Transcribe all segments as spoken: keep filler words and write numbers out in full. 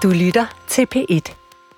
Du lytter til P et.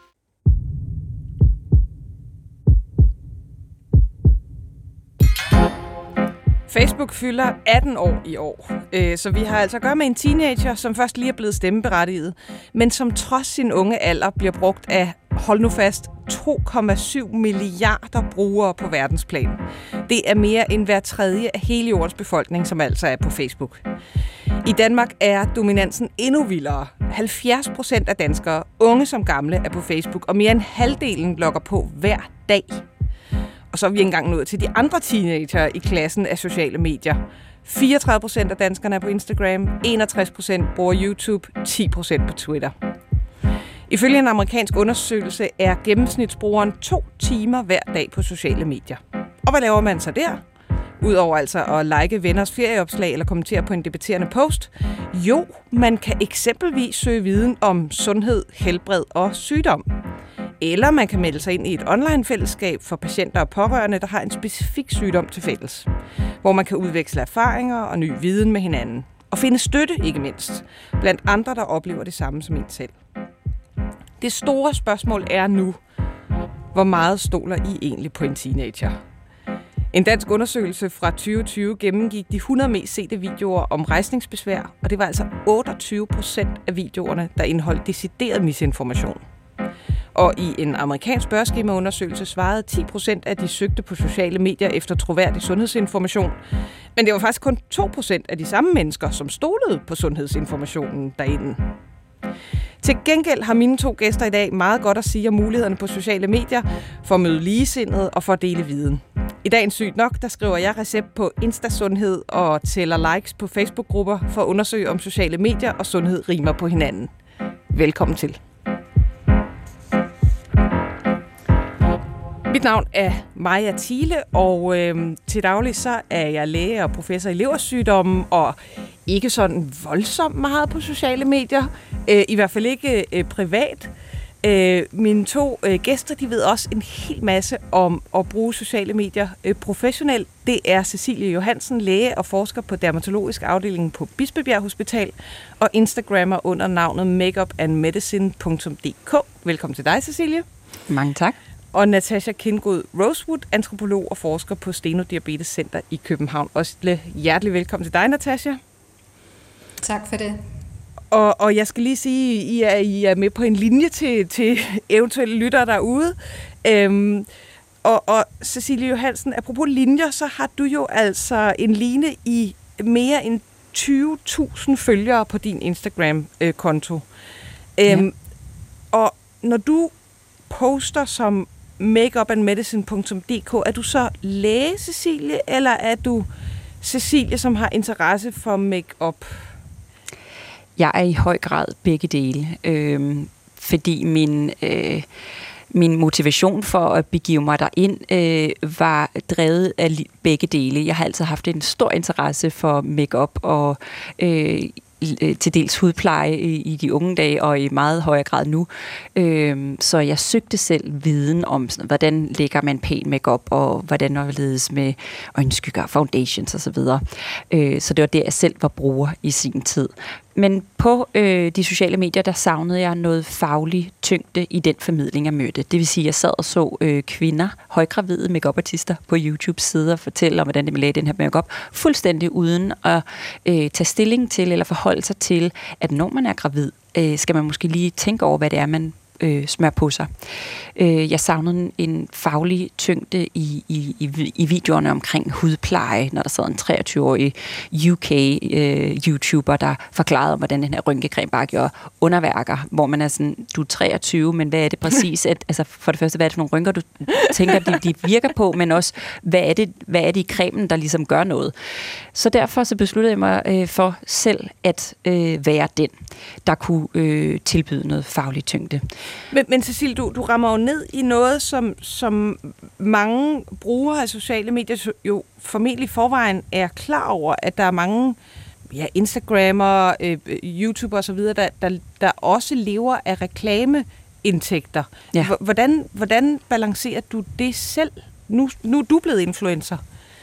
Facebook fylder atten år i år, så vi har altså at gøre med en teenager, som først lige er blevet stemmeberettiget, men som trods sin unge alder bliver brugt af, hold nu fast, to komma syv milliarder brugere på verdensplan. Det er mere end hver tredje af hele jordens befolkning, som altså er på Facebook. I Danmark er dominansen endnu vildere. halvfjerds procent af danskere, unge som gamle, er på Facebook, og mere end halvdelen logger på hver dag. Og så er vi engang nået til de andre teenager i klassen af sociale medier. fireogtredive procent af danskerne er på Instagram, enogtres procent bruger YouTube, ti procent på Twitter. Ifølge en amerikansk undersøgelse er gennemsnitsbrugeren to timer hver dag på sociale medier. Og hvad laver man så der? Udover altså at like venners ferieopslag eller kommentere på en debatterende post. Jo, man kan eksempelvis søge viden om sundhed, helbred og sygdom. Eller man kan melde sig ind i et online-fællesskab for patienter og pårørende, der har en specifik sygdom til fælles. Hvor man kan udveksle erfaringer og ny viden med hinanden. Og finde støtte, ikke mindst, blandt andre, der oplever det samme som en selv. Det store spørgsmål er nu, hvor meget stoler I egentlig på en teenager? En dansk undersøgelse fra tyve tyve gennemgik de hundrede mest sete videoer om rejsningsbesvær, og det var altså otteogtyve procent af videoerne, der indeholdt decideret misinformation. Og i en amerikansk spørgeskemaundersøgelse svarede ti procent af de søgte på sociale medier efter troværdig sundhedsinformation. Men det var faktisk kun to procent af de samme mennesker, som stolede på sundhedsinformationen derinde. Til gengæld har mine to gæster i dag meget godt at sige om mulighederne på sociale medier for at møde ligesindede og for at dele viden. I dagens Sygt Nok, der skriver jeg recept på Insta-sundhed og tæller likes på Facebook-grupper for at undersøge, om sociale medier og sundhed rimer på hinanden. Velkommen til. Mit navn er Maja Thiele, og øh, til daglig så er jeg læge og professor i leversygdomme, og ikke sådan voldsomt meget på sociale medier, øh, i hvert fald ikke øh, privat. Øh, mine to øh, gæster, de ved også en hel masse om at bruge sociale medier øh, professionelt. Det er Cecilie Johansen, læge og forsker på dermatologisk afdeling på Bispebjerg Hospital, og Instagrammer under navnet makeup and medicine punktum d k. Velkommen til dig, Cecilie. Mange tak. Og Natasha Kindgod Rosewood, antropolog og forsker på Stenodiabetes Center i København. Også hjertelig velkommen til dig, Natasha. Tak for det. Og, og jeg skal lige sige, at I er, I er med på en linje til, til eventuelle lyttere derude. Øhm, og, og Cecilie Johansen, apropos linjer, så har du jo altså en line i mere end tyve tusind følgere på din Instagram-konto. Øhm, ja. Og når du poster som makeup and medicine punktum d k, er du så læge, Cecilie, eller er du Cecilie, som har interesse for make-up? Jeg er i høj grad begge dele, øh, fordi min, øh, min motivation for at begive mig derind øh, var drevet af begge dele. Jeg har altid haft en stor interesse for make-up og øh, til dels hudpleje i, i de unge dage, og i meget højere grad nu. Øh, så jeg søgte selv viden om, sådan, hvordan lægger man pæn makeup, og hvordan overledes med øjenskygger, foundations osv. Øh, så det var det, jeg selv var bruger i sin tid. Men på øh, de sociale medier, der savnede jeg noget faglig tyngde i den formidling, jeg mødte. Det vil sige, at jeg sad og så øh, kvinder, højgravide make-up-artister på YouTube sidde og fortælle om, hvordan de lagde den her make-up, fuldstændig uden at øh, tage stilling til eller forholde sig til, at når man er gravid, øh, skal man måske lige tænke over, hvad det er, man øh, smør på sig. Øh, jeg savnede en, en faglig tyngde i, i, i, i videoerne omkring hudpleje, når der sad en treogtyve-årig U K-YouTuber, øh, der forklarede, hvordan den her rynkecreme bare gjorde underværker, hvor man er sådan, du er treogtyve, men hvad er det præcis? At, altså for det første, hvad er det for nogle rynker, du tænker, de, de virker på, men også, hvad er, det, hvad er det i cremen, der ligesom gør noget? Så derfor så besluttede jeg mig øh, for selv at øh, være den, der kunne øh, tilbyde noget faglig tyngde. Men, men Cecilie, du, du rammer jo ned i noget, som, som mange brugere af sociale medier jo formentlig forvejen er klar over, at der er mange ja, Instagrammer, øh, YouTuber osv., der, der, der også lever af reklameindtægter. Ja. Hvordan, hvordan balancerer du det selv? Nu, nu er du blevet influencer.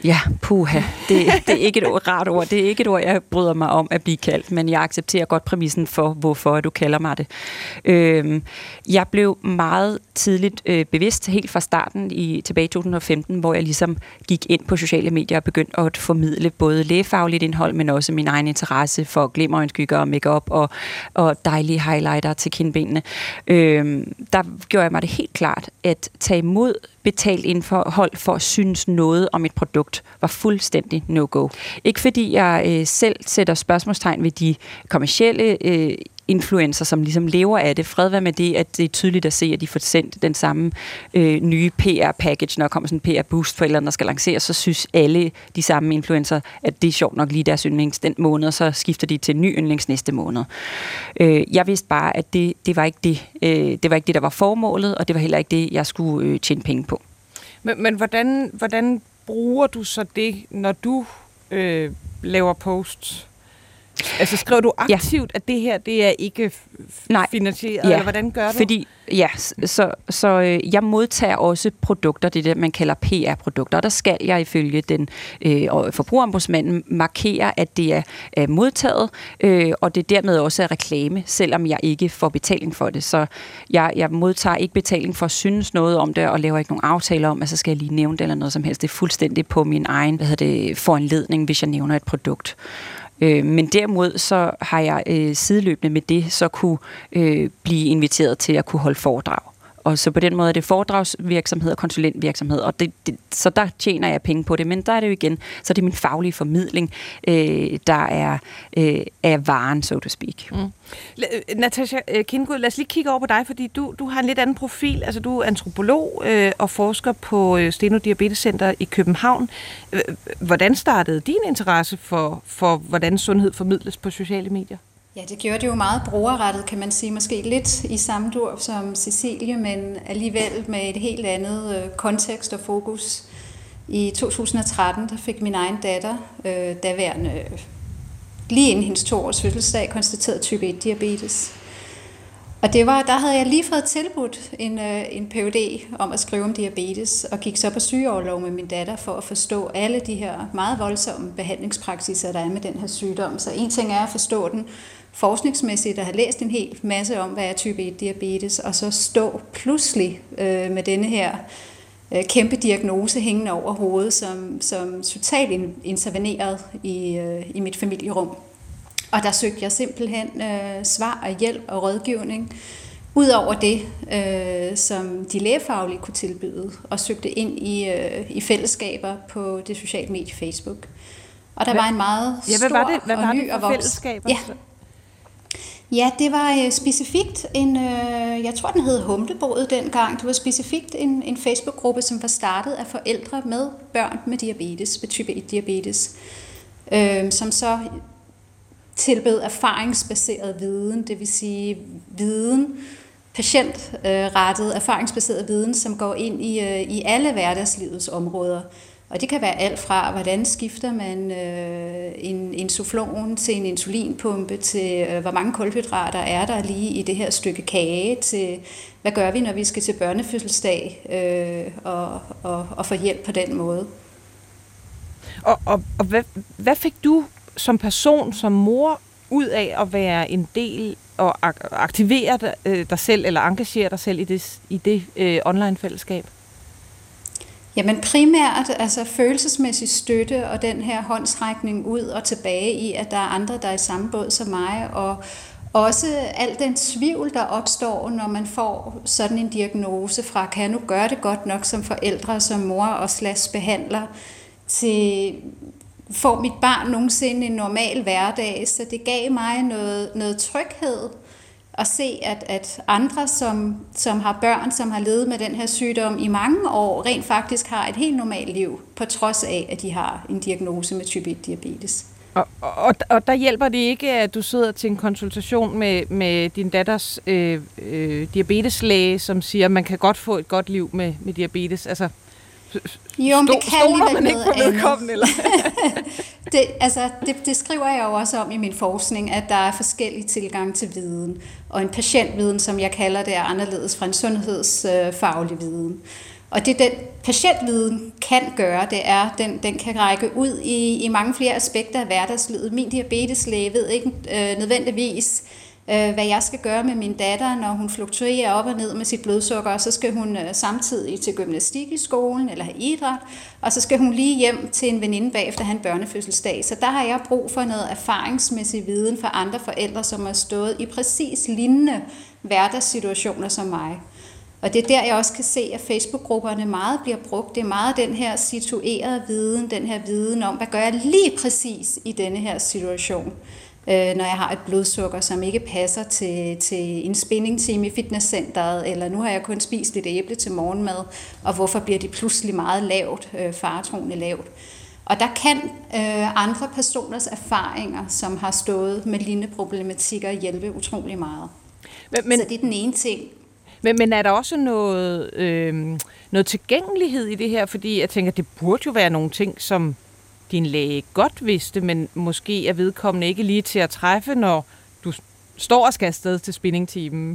Ja, puha. Det, det er ikke et rart ord. Det er ikke et ord, jeg bryder mig om at blive kaldt, men jeg accepterer godt præmissen for, hvorfor du kalder mig det. Øhm, jeg blev meget tidligt øh, bevidst, helt fra starten i tilbage i to tusind og femten, hvor jeg ligesom gik ind på sociale medier og begyndte at formidle både lægefagligt indhold, men også min egen interesse for glimmerøjenskygger og make-up og, og dejlige highlighter til kindbenene. Øhm, der gjorde jeg mig det helt klart at tage imod betalt indhold for at synes noget om et produkt var fuldstændig no-go. Ikke fordi jeg øh, selv sætter spørgsmålstegn ved de kommercielle øh, influencer, som ligesom lever af det. Fred være med det, at det er tydeligt at se, at de får sendt den samme øh, nye P R-package, når der kommer sådan en P R-boost for et eller andet, der skal lanceres, så synes alle de samme influencer, at det er sjovt nok lige deres yndlings den måned, og så skifter de til en ny yndlings næste måned. Øh, jeg vidste bare, at det, det, var ikke det, øh, det var ikke det, der var formålet, og det var heller ikke det, jeg skulle øh, tjene penge på. Men, men hvordan, hvordan bruger du så det, når du øh, laver posts? Altså skriver du aktivt, ja. At det her, det er ikke f- finansieret, ja. Eller hvordan gør du? Fordi, ja, så, så øh, jeg modtager også produkter, det der man kalder P R-produkter, og der skal jeg ifølge den øh, forbrugerombudsmanden markere, at det er, er modtaget, øh, og det dermed også er reklame, selvom jeg ikke får betaling for det. Så jeg, jeg modtager ikke betaling for at synes noget om det, og laver ikke nogen aftaler om, at så skal jeg lige nævne det eller noget som helst. Det er fuldstændig på min egen, hvad hedder det, foranledning, hvis jeg nævner et produkt. Øh, men derimod så har jeg øh, sideløbende med det så kunne øh, blive inviteret til at kunne holde foredrag. Og så på den måde er det foredragsvirksomhed og konsulentvirksomhed, og det, det, så der tjener jeg penge på det. Men der er det jo igen, så det er min faglige formidling, øh, der er, øh, er varen, so to speak. Mm. Natasha Kindgud, lad os lige kigge over på dig, fordi du, du har en lidt anden profil. Altså, du er antropolog øh, og forsker på Steno Diabetes Center i København. Hvordan startede din interesse for, for hvordan sundhed formidles på sociale medier? Ja, det gjorde det jo meget brugerrettet, kan man sige. Måske lidt i samme dur som Cecilie, men alligevel med et helt andet øh, kontekst og fokus. I to tusind og tretten der fik min egen datter, øh, daværende lige inden hendes to års fødselsdag, konstateret type et diabetes. Og det var, der havde jeg lige fået tilbudt en, øh, en P H D om at skrive om diabetes, og gik så på sygeoverlov med min datter for at forstå alle de her meget voldsomme behandlingspraksiser, der er med den her sygdom. Så en ting er at forstå den forskningsmæssigt, og have læst en hel masse om, hvad er type et diabetes, og så stå pludselig øh, med denne her øh, kæmpe diagnose hængende over hovedet, som, som totalt intervenerede i, øh, i mit familierum. Og der søgte jeg simpelthen øh, svar og hjælp og rådgivning, ud over det, øh, som de lægefaglige kunne tilbyde, og søgte ind i, øh, i fællesskaber på det sociale medie Facebook. Og der hvad, var en meget ja, stor hvad var det, hvad og var ny det for og voks. Fællesskaber? Ja. Ja, det var øh, specifikt en, øh, jeg tror den hed Humleboet dengang, det var specifikt en, en Facebook-gruppe, som var startet af forældre med børn med diabetes, med type et diabetes, øh, som så tilbød erfaringsbaseret viden, det vil sige viden, patientrettet erfaringsbaseret viden, som går ind i, øh, i alle hverdagslivets områder. Og det kan være alt fra, hvordan skifter man øh, en insuflon til en insulinpumpe, til øh, hvor mange kulhydrater er der lige i det her stykke kage, til hvad gør vi, når vi skal til børnefødselsdag øh, og, og, og få hjælp på den måde. Og, og, og hvad, hvad fik du som person, som mor, ud af at være en del og aktivere dig selv, eller engagere dig selv i det, i det øh, online-fællesskab? Jamen primært altså følelsesmæssig støtte og den her håndsrækning ud og tilbage i, at der er andre, der er i samme båd som mig, og også al den tvivl, der opstår, når man får sådan en diagnose fra, kan jeg nu gøre det godt nok som forældre, som mor og slash behandler, til får mit barn nogensinde en normal hverdag, så det gav mig noget, noget tryghed at se, at, at andre, som, som har børn, som har levet med den her sygdom i mange år, rent faktisk har et helt normalt liv, på trods af, at de har en diagnose med type et diabetes. Og, og, og der hjælper det ikke, at du sidder til en konsultation med, med din datters øh, øh, diabeteslæge, som siger, at man kan godt få et godt liv med, med diabetes. Altså, jo, men det kan stoler man ikke på vedkommende, eller? det, altså, det, det skriver jeg jo også om i min forskning, at der er forskellige tilgange til viden. Og en patientviden, som jeg kalder det, er anderledes fra en sundhedsfaglig viden. Og det den patientviden kan gøre, det er, at den, den kan række ud i, i mange flere aspekter af hverdagslivet. Min diabeteslæge ved ikke øh, nødvendigvis, øh, hvad jeg skal gøre med min datter, når hun fluktuerer op og ned med sit blodsukker, og så skal hun øh, samtidig til gymnastik i skolen eller have idræt, og så skal hun lige hjem til en veninde bagefter have en børnefødselsdag. Så der har jeg brug for noget erfaringsmæssig viden fra andre forældre, som har stået i præcis lignende hverdagssituationer som mig. Og det er der, jeg også kan se, at Facebook-grupperne meget bliver brugt. Det er meget den her situerede viden, den her viden om, hvad gør jeg lige præcis i denne her situation, øh, når jeg har et blodsukker, som ikke passer til, til en spinningtime i fitnesscenteret, eller nu har jeg kun spist lidt æble til morgenmad, og hvorfor bliver det pludselig meget lavt, øh, faretroende lavt. Og der kan øh, andre personers erfaringer, som har stået med lignende problematikker, hjælpe utrolig meget. Men, men så det er den ene ting. Men, men er der også noget, øh, noget tilgængelighed i det her? Fordi jeg tænker, det burde jo være nogle ting, som din læge godt vidste, men måske er vedkommende ikke lige til at træffe, når du står og skal afsted til spinningtimen.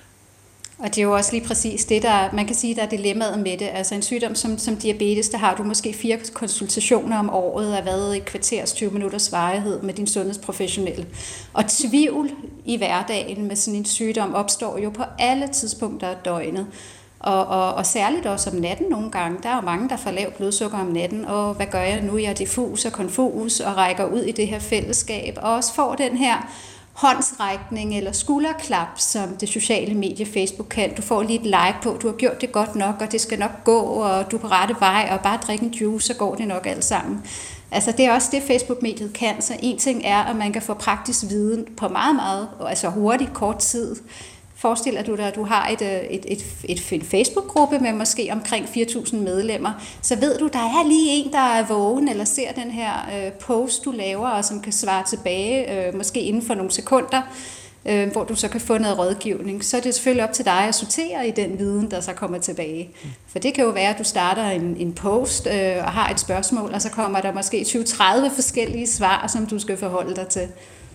Og det er jo også lige præcis det, der man kan sige, der er dilemmaet med det. Altså en sygdom som, som diabetes, der har du måske fire konsultationer om året, af hvad et kvarters tyve minutters varighed med din sundhedsprofessionelle. Og tvivl i hverdagen med sådan en sygdom opstår jo på alle tidspunkter af døgnet. Og, og, og særligt også om natten nogle gange. Der er jo mange, der får lavt blodsukker om natten, og hvad gør jeg nu? Jeg er diffus og konfus og rækker ud i det her fællesskab, og også får den her håndsrækning eller skulderklap, som det sociale medie Facebook kan. Du får lige et like på, du har gjort det godt nok, og det skal nok gå, og du er på rette vej, og bare drikke en juice, så går det nok alt sammen. Altså det er også det, Facebook-mediet kan. Så en ting er, at man kan få praktisk viden på meget, meget, altså hurtigt, kort tid. Forestiller du dig, at du har et, et, et, et, en Facebook-gruppe med måske omkring fire tusind medlemmer, så ved du, der er lige en, der er vågen eller ser den her øh, post, du laver, og som kan svare tilbage, øh, måske inden for nogle sekunder, øh, hvor du så kan få noget rådgivning. Så er det selvfølgelig op til dig at sortere i den viden, der så kommer tilbage. For det kan jo være, at du starter en, en post øh, og har et spørgsmål, og så kommer der måske tyve til tredive forskellige svar, som du skal forholde dig til.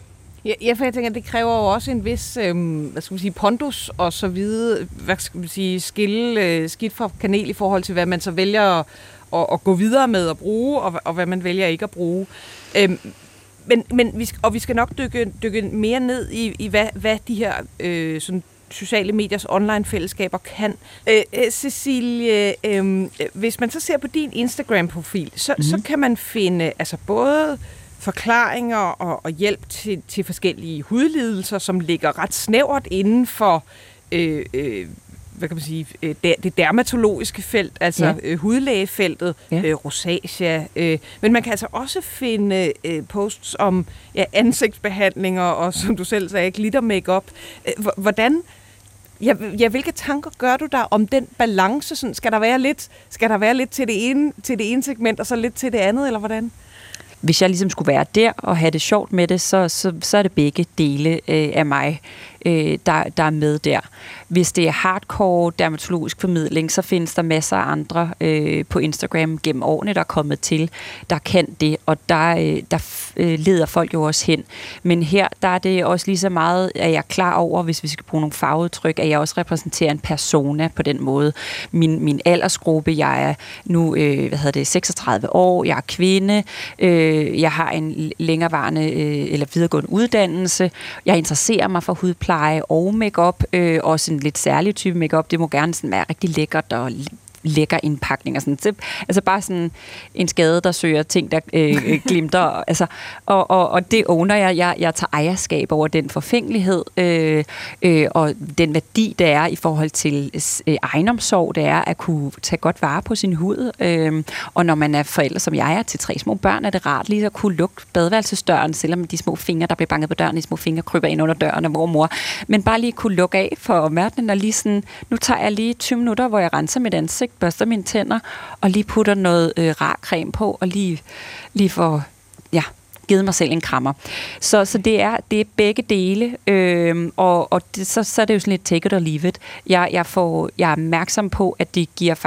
Ja, for jeg tænker, at det kræver jo også en vis, øh, hvad skal man sige, pondus og så videre, hvad skal man sige, skille øh, skidt fra kanel i forhold til, hvad man så vælger at, at, at gå videre med at bruge, og, og hvad man vælger ikke at bruge. Øh, men, men vi skal, og vi skal nok dykke, dykke mere ned i, i hvad, hvad de her øh, sådan sociale mediers online-fællesskaber kan. Øh, Cecilie, øh, hvis man så ser på din Instagram-profil, så, mm. så kan man finde altså både forklaringer og, og hjælp til, til forskellige hudlidelser, som ligger ret snævert inden for øh, øh, hvad kan man sige, øh, det dermatologiske felt, altså ja. øh, hudlægefeltet, ja. øh, rosacea. Øh, men man kan altså også finde øh, posts om ja, ansigtsbehandlinger og, som du selv sagde, glitter-makeup. Øh, hvordan Ja, ja, hvilke tanker gør du der om den balance? Sådan, skal der være lidt, skal der være lidt til det ene, til det ene segment og så lidt til det andet, eller hvordan? Hvis jeg ligesom skulle være der og have det sjovt med det, så, så, så er det begge dele øh, af mig, øh, der, der er med der. Hvis det er hardcore dermatologisk formidling, så findes der masser af andre øh, på Instagram gennem årene, der er kommet til, der kan det, og der, øh, der øh, leder folk jo også hen. Men her, der er det også lige så meget, at jeg er klar over, hvis vi skal bruge nogle farveudtryk, at jeg også repræsenterer en persona på den måde. Min, min aldersgruppe, jeg er nu øh, hvad hedder det, seksogtredive år, jeg er kvinde, øh, jeg har en længerevarende øh, eller videregående uddannelse, jeg interesserer mig for hudpleje og makeup, øh, også en lidt særlig type makeup. Det må gerne sådan være rigtig lækkert og lækker indpakning og sådan. Så, altså bare sådan en skade, der søger ting, der øh, glimter. altså, og, og, og det owner jeg. jeg. Jeg tager ejerskab over den forfængelighed øh, øh, og den værdi, der er i forhold til øh, egenomsorg, det er at kunne tage godt vare på sin hud. Øh, og når man er forældre, som jeg er, til tre små børn, er det rart lige at kunne lukke badeværelsesdøren, selvom de små fingre, der bliver banket på døren, de små fingre kryber ind under døren af mor og mor. Men bare lige kunne lukke af for omverdenen og lige sådan, nu tager jeg lige tyve minutter, hvor jeg renser mit ansigt, børster mine tænder, og lige putter noget øh, rar creme på, og lige, lige får, ja, givet mig selv en krammer. Så, så det, er, det er begge dele, øh, og, og det, så, så er det jo sådan lidt take it or leave it. Jeg, jeg, får, jeg er opmærksom på, at det giver faktisk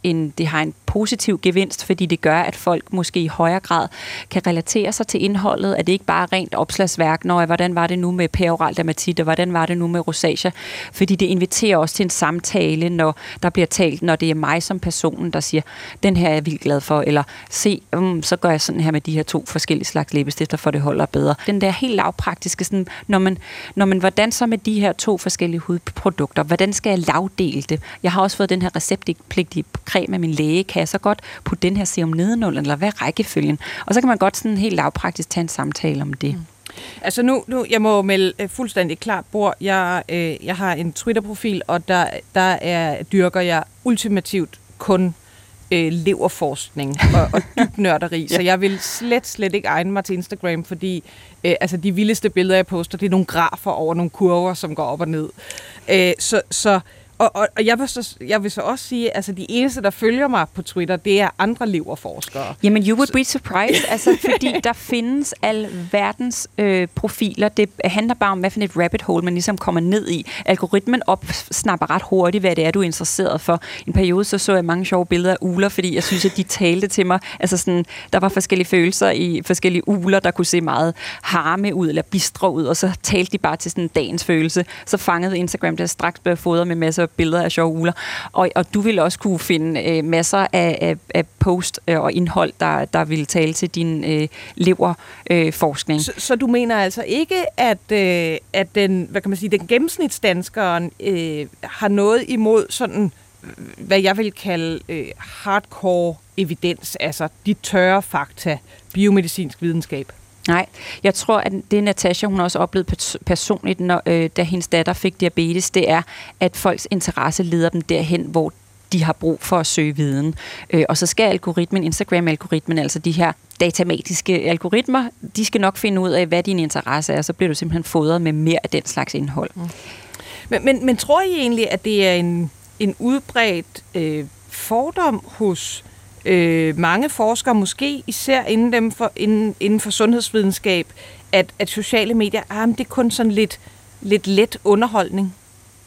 en, det har en positiv gevinst, fordi det gør, at folk måske i højere grad kan relatere sig til indholdet, at det ikke bare er rent opslagsværk, når hvordan var det nu med peroral dermatit, og hvordan var det nu med rosacea, fordi det inviterer også til en samtale, når der bliver talt, når det er mig som personen, der siger, den her er jeg vildt glad for, eller se, um, så gør jeg sådan her med de her to forskellige slags læbestifter, for det holder bedre. Den der helt lavpraktiske, sådan, når man, når man, hvordan så med de her to forskellige hudprodukter, hvordan skal jeg lavdele det? Jeg har også fået den her receptpligtige creme af min læge, kan jeg så godt putte den her serum nedenunder, eller hvad er rækkefølgen? Og så kan man godt sådan helt lavpraktisk tage en samtale om det. Mm. Altså nu, nu, jeg må melde uh, fuldstændig klart bord. Jeg, øh, jeg har en Twitter-profil, og der, der er, dyrker jeg ultimativt kun øh, leverforskning og, og dybnørderi, ja. Så jeg vil slet, slet ikke egne mig til Instagram, fordi øh, altså de vildeste billeder, jeg poster, det er nogle grafer over nogle kurver, som går op og ned. Øh, så... så Og, og, og jeg, vil så, jeg vil så også sige, at altså, de eneste, der følger mig på Twitter, det er andre leverforskere. Jamen, you would be surprised, altså, fordi der findes al verdens øh, profiler. Det handler bare om, hvad for et rabbit hole man ligesom kommer ned i. Algoritmen opsnapper ret hurtigt, hvad det er, du er interesseret for. I en periode så, så jeg mange sjove billeder af ugler, fordi jeg synes, at de talte til mig. Altså sådan, der var forskellige følelser i forskellige ugler, der kunne se meget harme ud, eller bistre ud, og så talte de bare til sådan dagens følelse. Så fangede Instagram, der straks blev fodret med masser billeder af sjove ugler. Og, og du vil også kunne finde øh, masser af, af, af post øh, og indhold, der, der vil tale til din øh, leverforskning. Øh, så, så du mener altså ikke, at, øh, at den, hvad kan man sige, den gennemsnitsdanskeren øh, har noget imod sådan, hvad jeg vil kalde øh, hardcore evidens, altså de tørre fakta, biomedicinsk videnskab? Nej, jeg tror, at det Natasha, hun også oplevede personligt, når, øh, da hendes datter fik diabetes, det er, at folks interesse leder dem derhen, hvor de har brug for at søge viden. Øh, og så skal algoritmen, Instagram-algoritmen, altså de her datamatiske algoritmer, de skal nok finde ud af, hvad din interesse er, så bliver du simpelthen fodret med mere af den slags indhold. Mm. Men, men, men tror I egentlig, at det er en, en udbredt øh, fordom hos Øh, mange forskere, måske især inden, dem for, inden, inden for sundhedsvidenskab, at, at sociale medier, ah, det er kun sådan lidt, lidt let underholdning?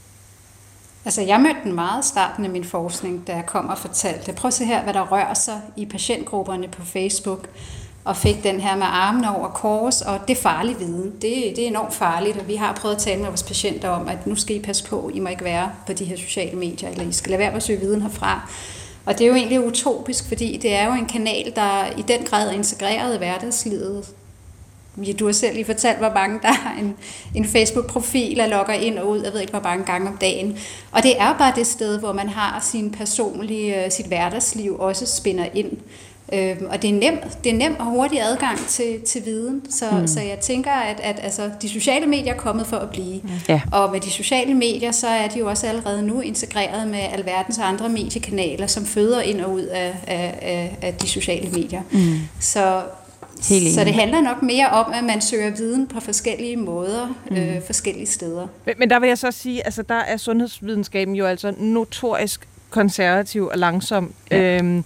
Altså, jeg mødte den meget i starten af min forskning, da jeg kom og fortalte, prøv at se her, hvad der rører sig i patientgrupperne på Facebook, og fik den her med armene over kors, og det er farlig viden. Det, det er enormt farligt, og vi har prøvet at tale med vores patienter om, at nu skal I passe på, I må ikke være på de her sociale medier, eller I skal lade være med at søge viden herfra. Og det er jo egentlig utopisk, fordi det er jo en kanal, der i den grad er integreret i hverdagslivet. Ja, du har selv lige fortalt, hvor mange der har en, en Facebook-profil, der logger ind og ud, jeg ved ikke, hvor mange gange om dagen. Og det er bare det sted, hvor man har sin personlige, sit hverdagsliv også spænder ind. Øhm, og det er nemt, det er nem og hurtig adgang til, til viden, så, mm. så jeg tænker, at, at altså, de sociale medier er kommet for at blive. Ja. Og med de sociale medier, så er de jo også allerede nu integreret med alverdens andre mediekanaler, som føder ind og ud af, af, af de sociale medier. Mm. Så, så det handler nok mere om, at man søger viden på forskellige måder, mm. øh, forskellige steder. Men, men der vil jeg så sige, altså der er sundhedsvidenskaben jo altså notorisk konservativ og langsom. Ja. Øhm,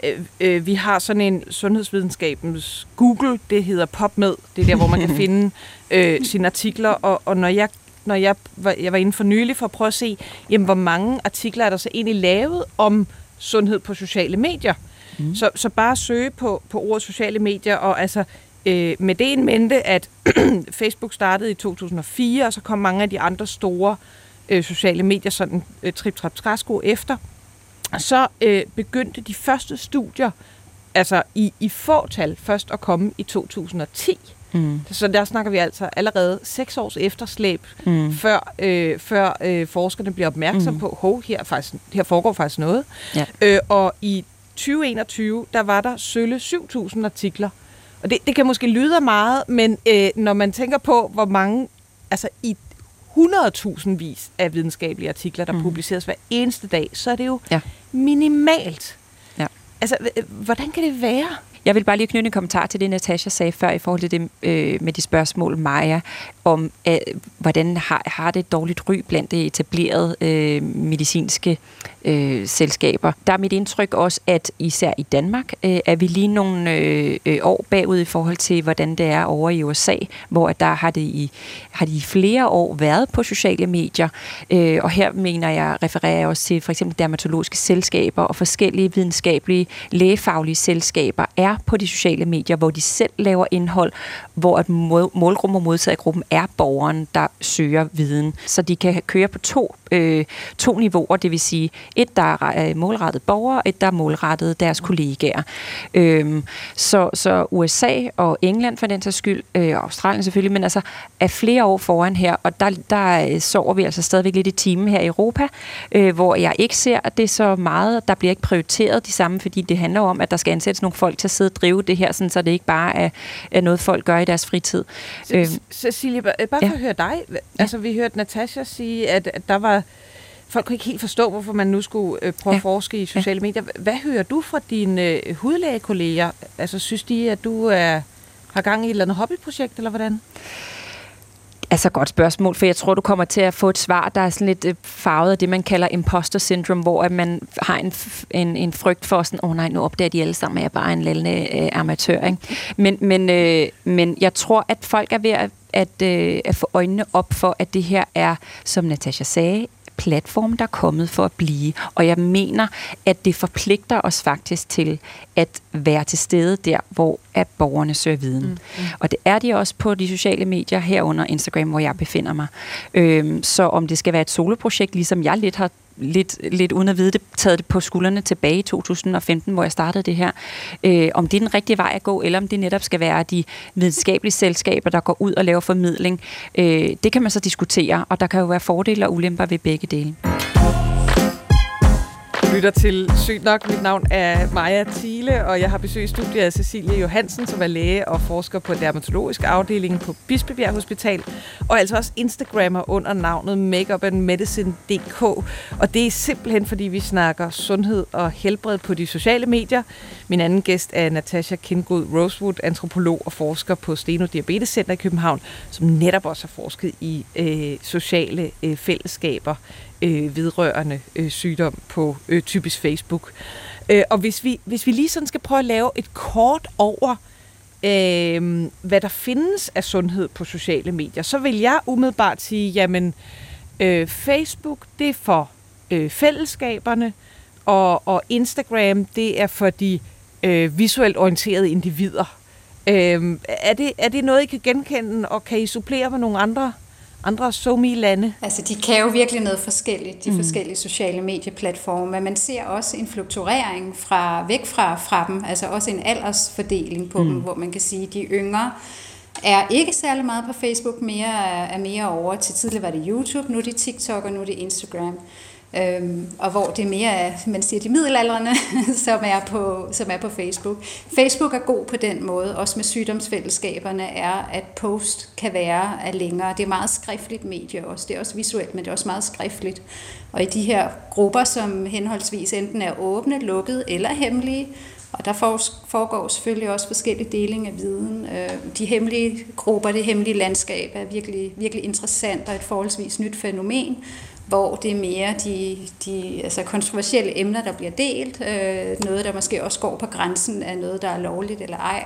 Øh, vi har sådan en sundhedsvidenskabens Google, det hedder PubMed, det er der, hvor man kan finde øh, sine artikler, og, og når jeg når jeg var, jeg var inde for nylig for at prøve at se, jamen, hvor mange artikler er der så egentlig lavet om sundhed på sociale medier. Mm. Så, så bare søge på, på ordet sociale medier, og altså øh, med det en mente, at Facebook startede i to tusind og fire, og så kom mange af de andre store øh, sociale medier sådan øh, trip, trap, træsko efter. Så øh, begyndte de første studier, altså i, i fåtal, først at komme i to tusind og ti. Mm. Så der snakker vi altså allerede seks års efterslæb, mm. før, øh, før øh, forskerne bliver opmærksom mm. på, hov, her, faktisk, her foregår faktisk noget. Ja. Øh, og i tyve enogtyve, der var der sølle syv tusind artikler. Og det, det kan måske lyde af meget, men øh, når man tænker på, hvor mange, altså i hundredtusindvis af videnskabelige artikler, der mm. publiceres hver eneste dag, så er det jo ja. minimalt. Ja. Altså, hvordan kan det være? Jeg vil bare lige knytte en kommentar til det, Natasha sagde før, i forhold til det øh, med de spørgsmål, Maja, om øh, hvordan har, har det et dårligt ry blandt det etablerede øh, medicinske øh, selskaber. Der er mit indtryk også, at især i Danmark øh, er vi lige nogle øh, øh, år bagud i forhold til, hvordan det er over i U S A, hvor der har det i, har de i flere år været på sociale medier, øh, og her mener jeg, refererer jeg også til for eksempel dermatologiske selskaber og forskellige videnskabelige, lægefaglige selskaber er på de sociale medier, hvor de selv laver indhold, hvor at målgruppen og modtagergruppen er borgeren, der søger viden. Så de kan køre på to, øh, to niveauer, det vil sige et, der er målrettet borgere, og et, der er målrettet deres kollegaer. Øhm, så, så U S A og England for den sags skyld, øh, og Australien selvfølgelig, men altså er flere år foran her, og der, der sover vi altså stadigvæk lidt i timen her i Europa, øh, hvor jeg ikke ser, at det er så meget, der bliver ikke prioriteret de samme, fordi det handler om, at der skal ansættes nogle folk til at sidde og drive det her, sådan, så det ikke bare er, er noget, folk gør i deres fritid. Øh, Cecilie, bare for ja. at høre dig. Altså, vi hørte Natasha sige, at, at der var folk kunne ikke helt forstå, hvorfor man nu skulle øh, prøve ja. at forske i sociale ja. medier. Hvad hører du fra dine øh, hudlægekolleger? Altså, synes de, at du er, har gang i et eller andet hobbyprojekt, eller hvordan? Altså, godt spørgsmål, for jeg tror, du kommer til at få et svar, der er sådan lidt øh, farvet af det, man kalder imposter syndrome, hvor at man har en, en, en frygt for sådan, åh oh, nej, nu opdager de alle sammen, at jeg er bare en lille øh, amatør, ikke? Men, men, øh, men jeg tror, at folk er ved at, at, øh, at få øjnene op for, at det her er, som Natasha sagde, platform, der er kommet for at blive. Og jeg mener, at det forpligter os faktisk til at være til stede der, hvor at borgerne søger viden. Mm, mm. Og det er de også på de sociale medier, herunder Instagram, hvor jeg befinder mig. Øhm, så om det skal være et soloprojekt, ligesom jeg lidt har Lidt, lidt uden at vide det, taget det på skuldrene tilbage i to tusind og femten, hvor jeg startede det her. Øh, om det er den rigtige vej at gå, eller om det netop skal være de videnskabelige selskaber, der går ud og laver formidling, øh, det kan man så diskutere, og der kan jo være fordele og ulemper ved begge dele. Lytter til Sygt nok. Mit navn er Maja Thiele, og jeg har besøgt studiet af Cecilie Johansen, som er læge og forsker på dermatologisk afdeling på Bispebjerg Hospital, og altså også Instagrammer under navnet Makeup and Medicine punktum d k. Og det er simpelthen, fordi vi snakker sundhed og helbred på de sociale medier. Min anden gæst er Natasha Kindgood Rosewood, antropolog og forsker på Steno Diabetes Center i København, som netop også har forsket i øh, sociale øh, fællesskaber Øh, vedrørende øh, sygdom på øh, typisk Facebook. Øh, og hvis vi, hvis vi lige sådan skal prøve at lave et kort over, øh, hvad der findes af sundhed på sociale medier, så vil jeg umiddelbart sige, jamen øh, Facebook, det er for øh, fællesskaberne, og, og Instagram, det er for de øh, visuelt orienterede individer. Øh, er, det, er det noget, I kan genkende, og kan I supplere med nogle andre andre SoMe-lande? Altså, de kan jo virkelig noget forskelligt, de mm. forskellige sociale medieplatforme, men man ser også en fluktuering fra, væk fra, fra dem, altså også en aldersfordeling på mm. dem, hvor man kan sige, at de yngre er ikke særlig meget på Facebook, mere er mere over til tidligere var det YouTube, nu er det TikTok, og nu er det Instagram. Øhm, og hvor det er mere af, man siger, de middelaldrende, som er, på, som er på Facebook. Facebook er god på den måde, også med sygdomsfællesskaberne, er, at post kan være af længere. Det er meget skriftligt medie også, det er også visuelt, men det er også meget skriftligt. Og i de her grupper, som henholdsvis enten er åbne, lukkede eller hemmelige, og der foregår selvfølgelig også forskellige deling af viden. De hemmelige grupper, det hemmelige landskab er virkelig, virkelig interessant og et forholdsvis nyt fænomen, hvor det er mere de, de altså kontroversielle emner, der bliver delt. Øh, noget, der måske også går på grænsen af noget, der er lovligt eller ej.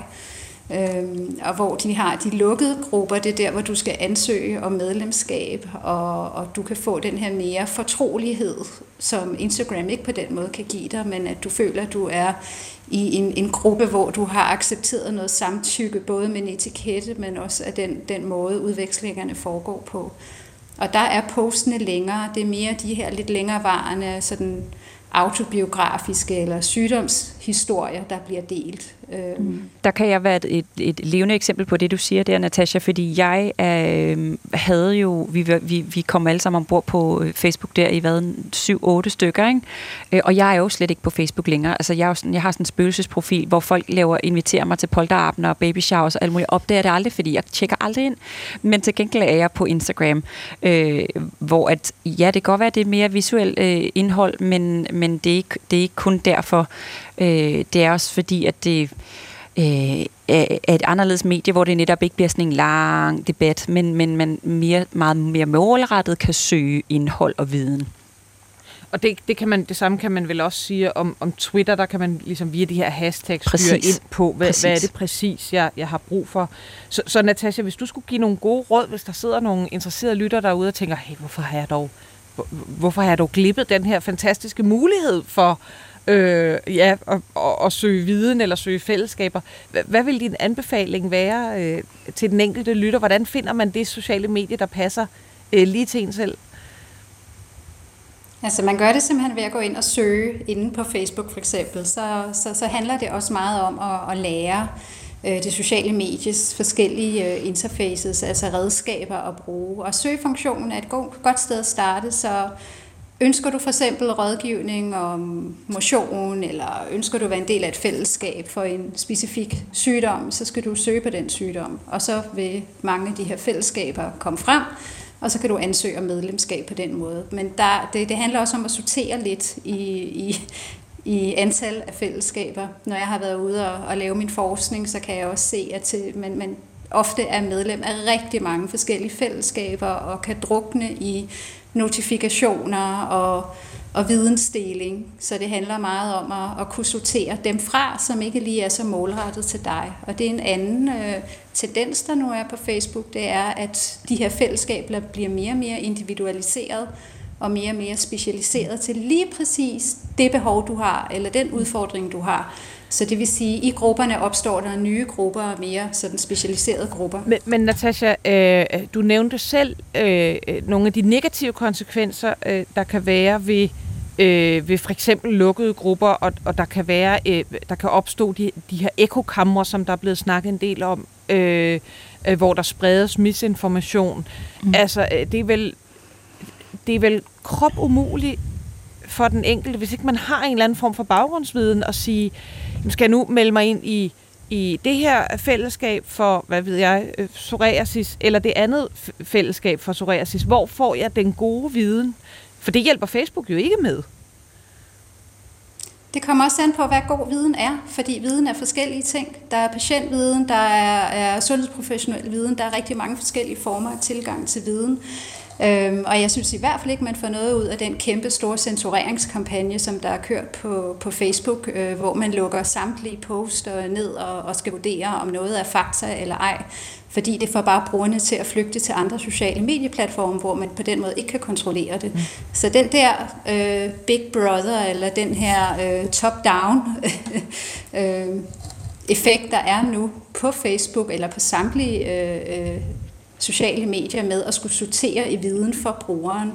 Øh, og hvor de har de lukkede grupper, det er der, hvor du skal ansøge om medlemskab, og, og du kan få den her mere fortrolighed, som Instagram ikke på den måde kan give dig, men at du føler, at du er i en, en gruppe, hvor du har accepteret noget samtykke, både med en etikette, men også af den, den måde, udvekslingerne foregår på. Og der er postene længere, det er mere de her lidt længerevarende, sådan autobiografiske eller sygdomshistorier, der bliver delt. Mm. Der kan jeg være et, et levende eksempel på det, du siger der, Natasha, fordi jeg øh, havde jo, vi, vi, vi kom alle sammen ombord på Facebook der i hvad, syv otte stykker, ikke? Øh, og jeg er jo slet ikke på Facebook længere. Altså, jeg, er jo sådan, jeg har sådan en spøgelsesprofil, hvor folk laver, inviterer mig til polterabender og baby showers og alt muligt. Jeg opdager det aldrig, fordi jeg tjekker aldrig ind. Men til gengæld er jeg på Instagram, øh, hvor at, ja, det kan godt være, at det er mere visuelt øh, indhold, men, men det, er ikke, det er ikke kun derfor. Øh, det er også fordi, at det øh, er et anderledes medie, hvor det netop ikke bliver sådan en lang debat, men, men man mere, meget mere målrettet kan søge indhold og viden. Og det, det, kan man, det samme kan man vel også sige om, om Twitter, der kan man ligesom via de her hashtags styre ind på, hvad, hvad er det præcis, jeg, jeg har brug for. Så, så Natasha, hvis du skulle give nogle gode råd, hvis der sidder nogle interesserede lytter derude og tænker, hey, hvorfor har jeg dog, hvor, hvorfor har jeg dog glippet den her fantastiske mulighed for øh, ja, at, at, at søge viden eller søge fællesskaber. Hvad, hvad vil din anbefaling være øh, til den enkelte lytter? Hvordan finder man det sociale medie, der passer øh, lige til en selv? Altså man gør det simpelthen ved at gå ind og søge inde på Facebook for eksempel, så, så, så handler det også meget om at, at lære øh, det sociale medies forskellige øh, interfaces, altså redskaber at bruge. Og søgefunktionen er et god, godt sted at starte, så ønsker du for eksempel rådgivning om motion, eller ønsker du at være en del af et fællesskab for en specifik sygdom, så skal du søge på den sygdom, og så vil mange af de her fællesskaber komme frem, og så kan du ansøge om medlemskab på den måde. Men der, det, det handler også om at sortere lidt i, i, i antal af fællesskaber. Når jeg har været ude og, og lave min forskning, så kan jeg også se, at til, man, man ofte er medlem af rigtig mange forskellige fællesskaber, og kan drukne i notifikationer og, og vidensdeling. Så det handler meget om at, at kunne sortere dem fra, som ikke lige er så målrettet til dig. Og det er en anden øh, tendens, der nu er på Facebook, det er, at de her fællesskaber bliver mere og mere individualiseret og mere og mere specialiseret til lige præcis det behov, du har, eller den udfordring, du har. Så det vil sige, at i grupperne opstår der nye grupper og mere sådan specialiserede grupper. Men, men Natasha, øh, du nævnte selv øh, nogle af de negative konsekvenser, øh, der kan være ved, øh, ved for eksempel lukkede grupper, og, og der kan være, øh, der kan opstå de, de her ekokamre, som der er blevet snakket en del om, øh, øh, hvor der spredes misinformation. Mm. Altså, øh, det er vel, det er vel krop umuligt for den enkelte, hvis ikke man har en eller anden form for baggrundsviden, at sige, skal jeg nu melde mig ind i, i det her fællesskab for, hvad ved jeg, psoriasis, eller det andet fællesskab for psoriasis. Hvor får jeg den gode viden? For det hjælper Facebook jo ikke med. Det kommer også an på, hvad god viden er, fordi viden er forskellige ting. Der er patientviden, der er, er sundhedsprofessionel viden, der er rigtig mange forskellige former af tilgang til viden. Øhm, og jeg synes i hvert fald ikke, man får noget ud af den kæmpe store censureringskampagne, som der er kørt på, på Facebook, øh, hvor man lukker samtlige poster ned og, og skal vurdere, om noget er fakta eller ej. Fordi det får bare brugerne til at flygte til andre sociale medieplatforme, hvor man på den måde ikke kan kontrollere det. Mm. Så den der øh, Big Brother, eller den her øh, top-down øh, effekt, der er nu på Facebook, eller på samtlige øh, øh, sociale medier med at skulle sortere i viden for brugeren.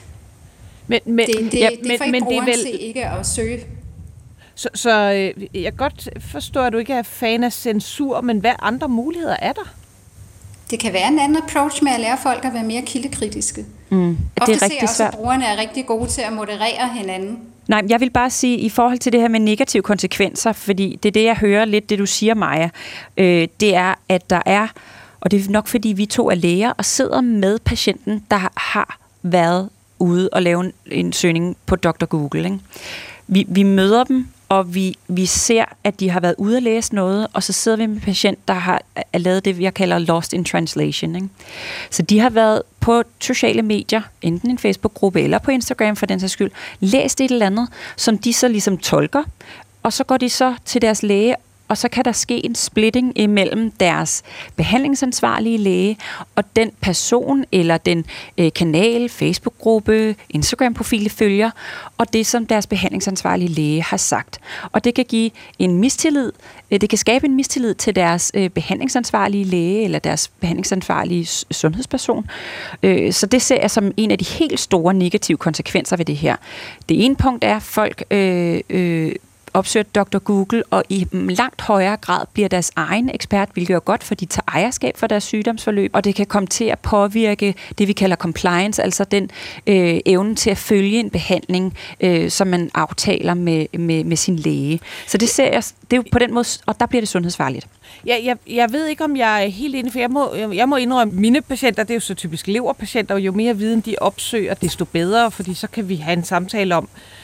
Men, men, det, det, ja, det men, får ikke men brugeren det er vel... til ikke at søge. Så, så øh, jeg kan godt forstå, at du ikke er fan af censur, men hvad andre muligheder er der? Det kan være en anden approach med at lære folk at være mere kildekritiske. Mm. Ofte det er ser jeg også, at brugerne er rigtig gode til at moderere hinanden. Nej, jeg vil bare sige, i forhold til det her med negative konsekvenser, fordi det er det, jeg hører lidt, det du siger, Maja, øh, det er, at der er, og det er nok fordi vi to er læger og sidder med patienten, der har været ude og lave en, en søgning på doktor Google. Ikke? Vi, vi møder dem, og vi, vi ser, at de har været ude og læse noget, og så sidder vi med en patient, der har lavet det, jeg kalder lost in translation. Ikke? Så de har været på sociale medier, enten en Facebook-gruppe eller på Instagram for den sags skyld, læst et eller andet, som de så ligesom tolker, og så går de så til deres læge, og så kan der ske en splitting imellem deres behandlingsansvarlige læge og den person eller den øh, kanal, Facebook-gruppe, Instagram-profil følger, og det, som deres behandlingsansvarlige læge har sagt. Og det kan give en mistillid, øh, det kan skabe en mistillid til deres øh, behandlingsansvarlige læge eller deres behandlingsansvarlige sundhedsperson. Øh, så det ser jeg som en af de helt store negative konsekvenser ved det her. Det ene punkt er, at folk øh, øh, opsøger doktor Google, og i langt højere grad bliver deres egen ekspert, hvilket er godt, for de tager ejerskab for deres sygdomsforløb, og det kan komme til at påvirke det, vi kalder compliance, altså den øh, evne til at følge en behandling, øh, som man aftaler med, med, med sin læge. Så det ser jeg, det er jo på den måde, og der bliver det sundhedsfarligt. Ja, jeg, jeg ved ikke, om jeg er helt enig, for jeg må, jeg må indrømme, mine patienter, det er jo så typisk leverpatienter, og jo mere viden de opsøger, desto bedre, fordi så kan vi have en samtale om,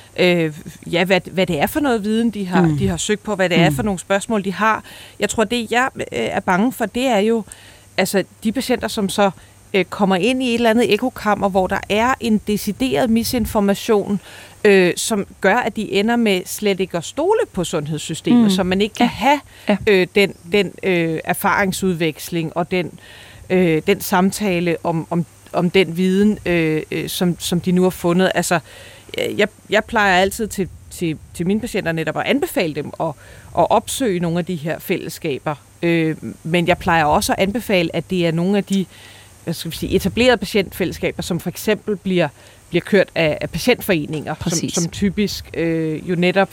øh, ja, hvad, hvad det er for noget viden, de har, mm. de har søgt på, hvad det mm. er for nogle spørgsmål, de har. Jeg tror, det jeg øh, er bange for, det er jo altså de patienter, som så øh, kommer ind i et eller andet ekokammer, hvor der er en decideret misinformation, øh, som gør, at de ender med slet ikke at stole på sundhedssystemet, mm. så man ikke kan have øh, den, den øh, erfaringsudveksling og den, øh, den samtale om, om, om den viden, øh, øh, som, som de nu har fundet. Altså, jeg, jeg plejer altid til, til, til mine patienter netop at anbefale dem at, at opsøge nogle af de her fællesskaber. Øh, men jeg plejer også at anbefale, at det er nogle af de hvad skal vi sige, etablerede patientfællesskaber, som for eksempel bliver, bliver kørt af, af patientforeninger, som, som typisk øh, jo netop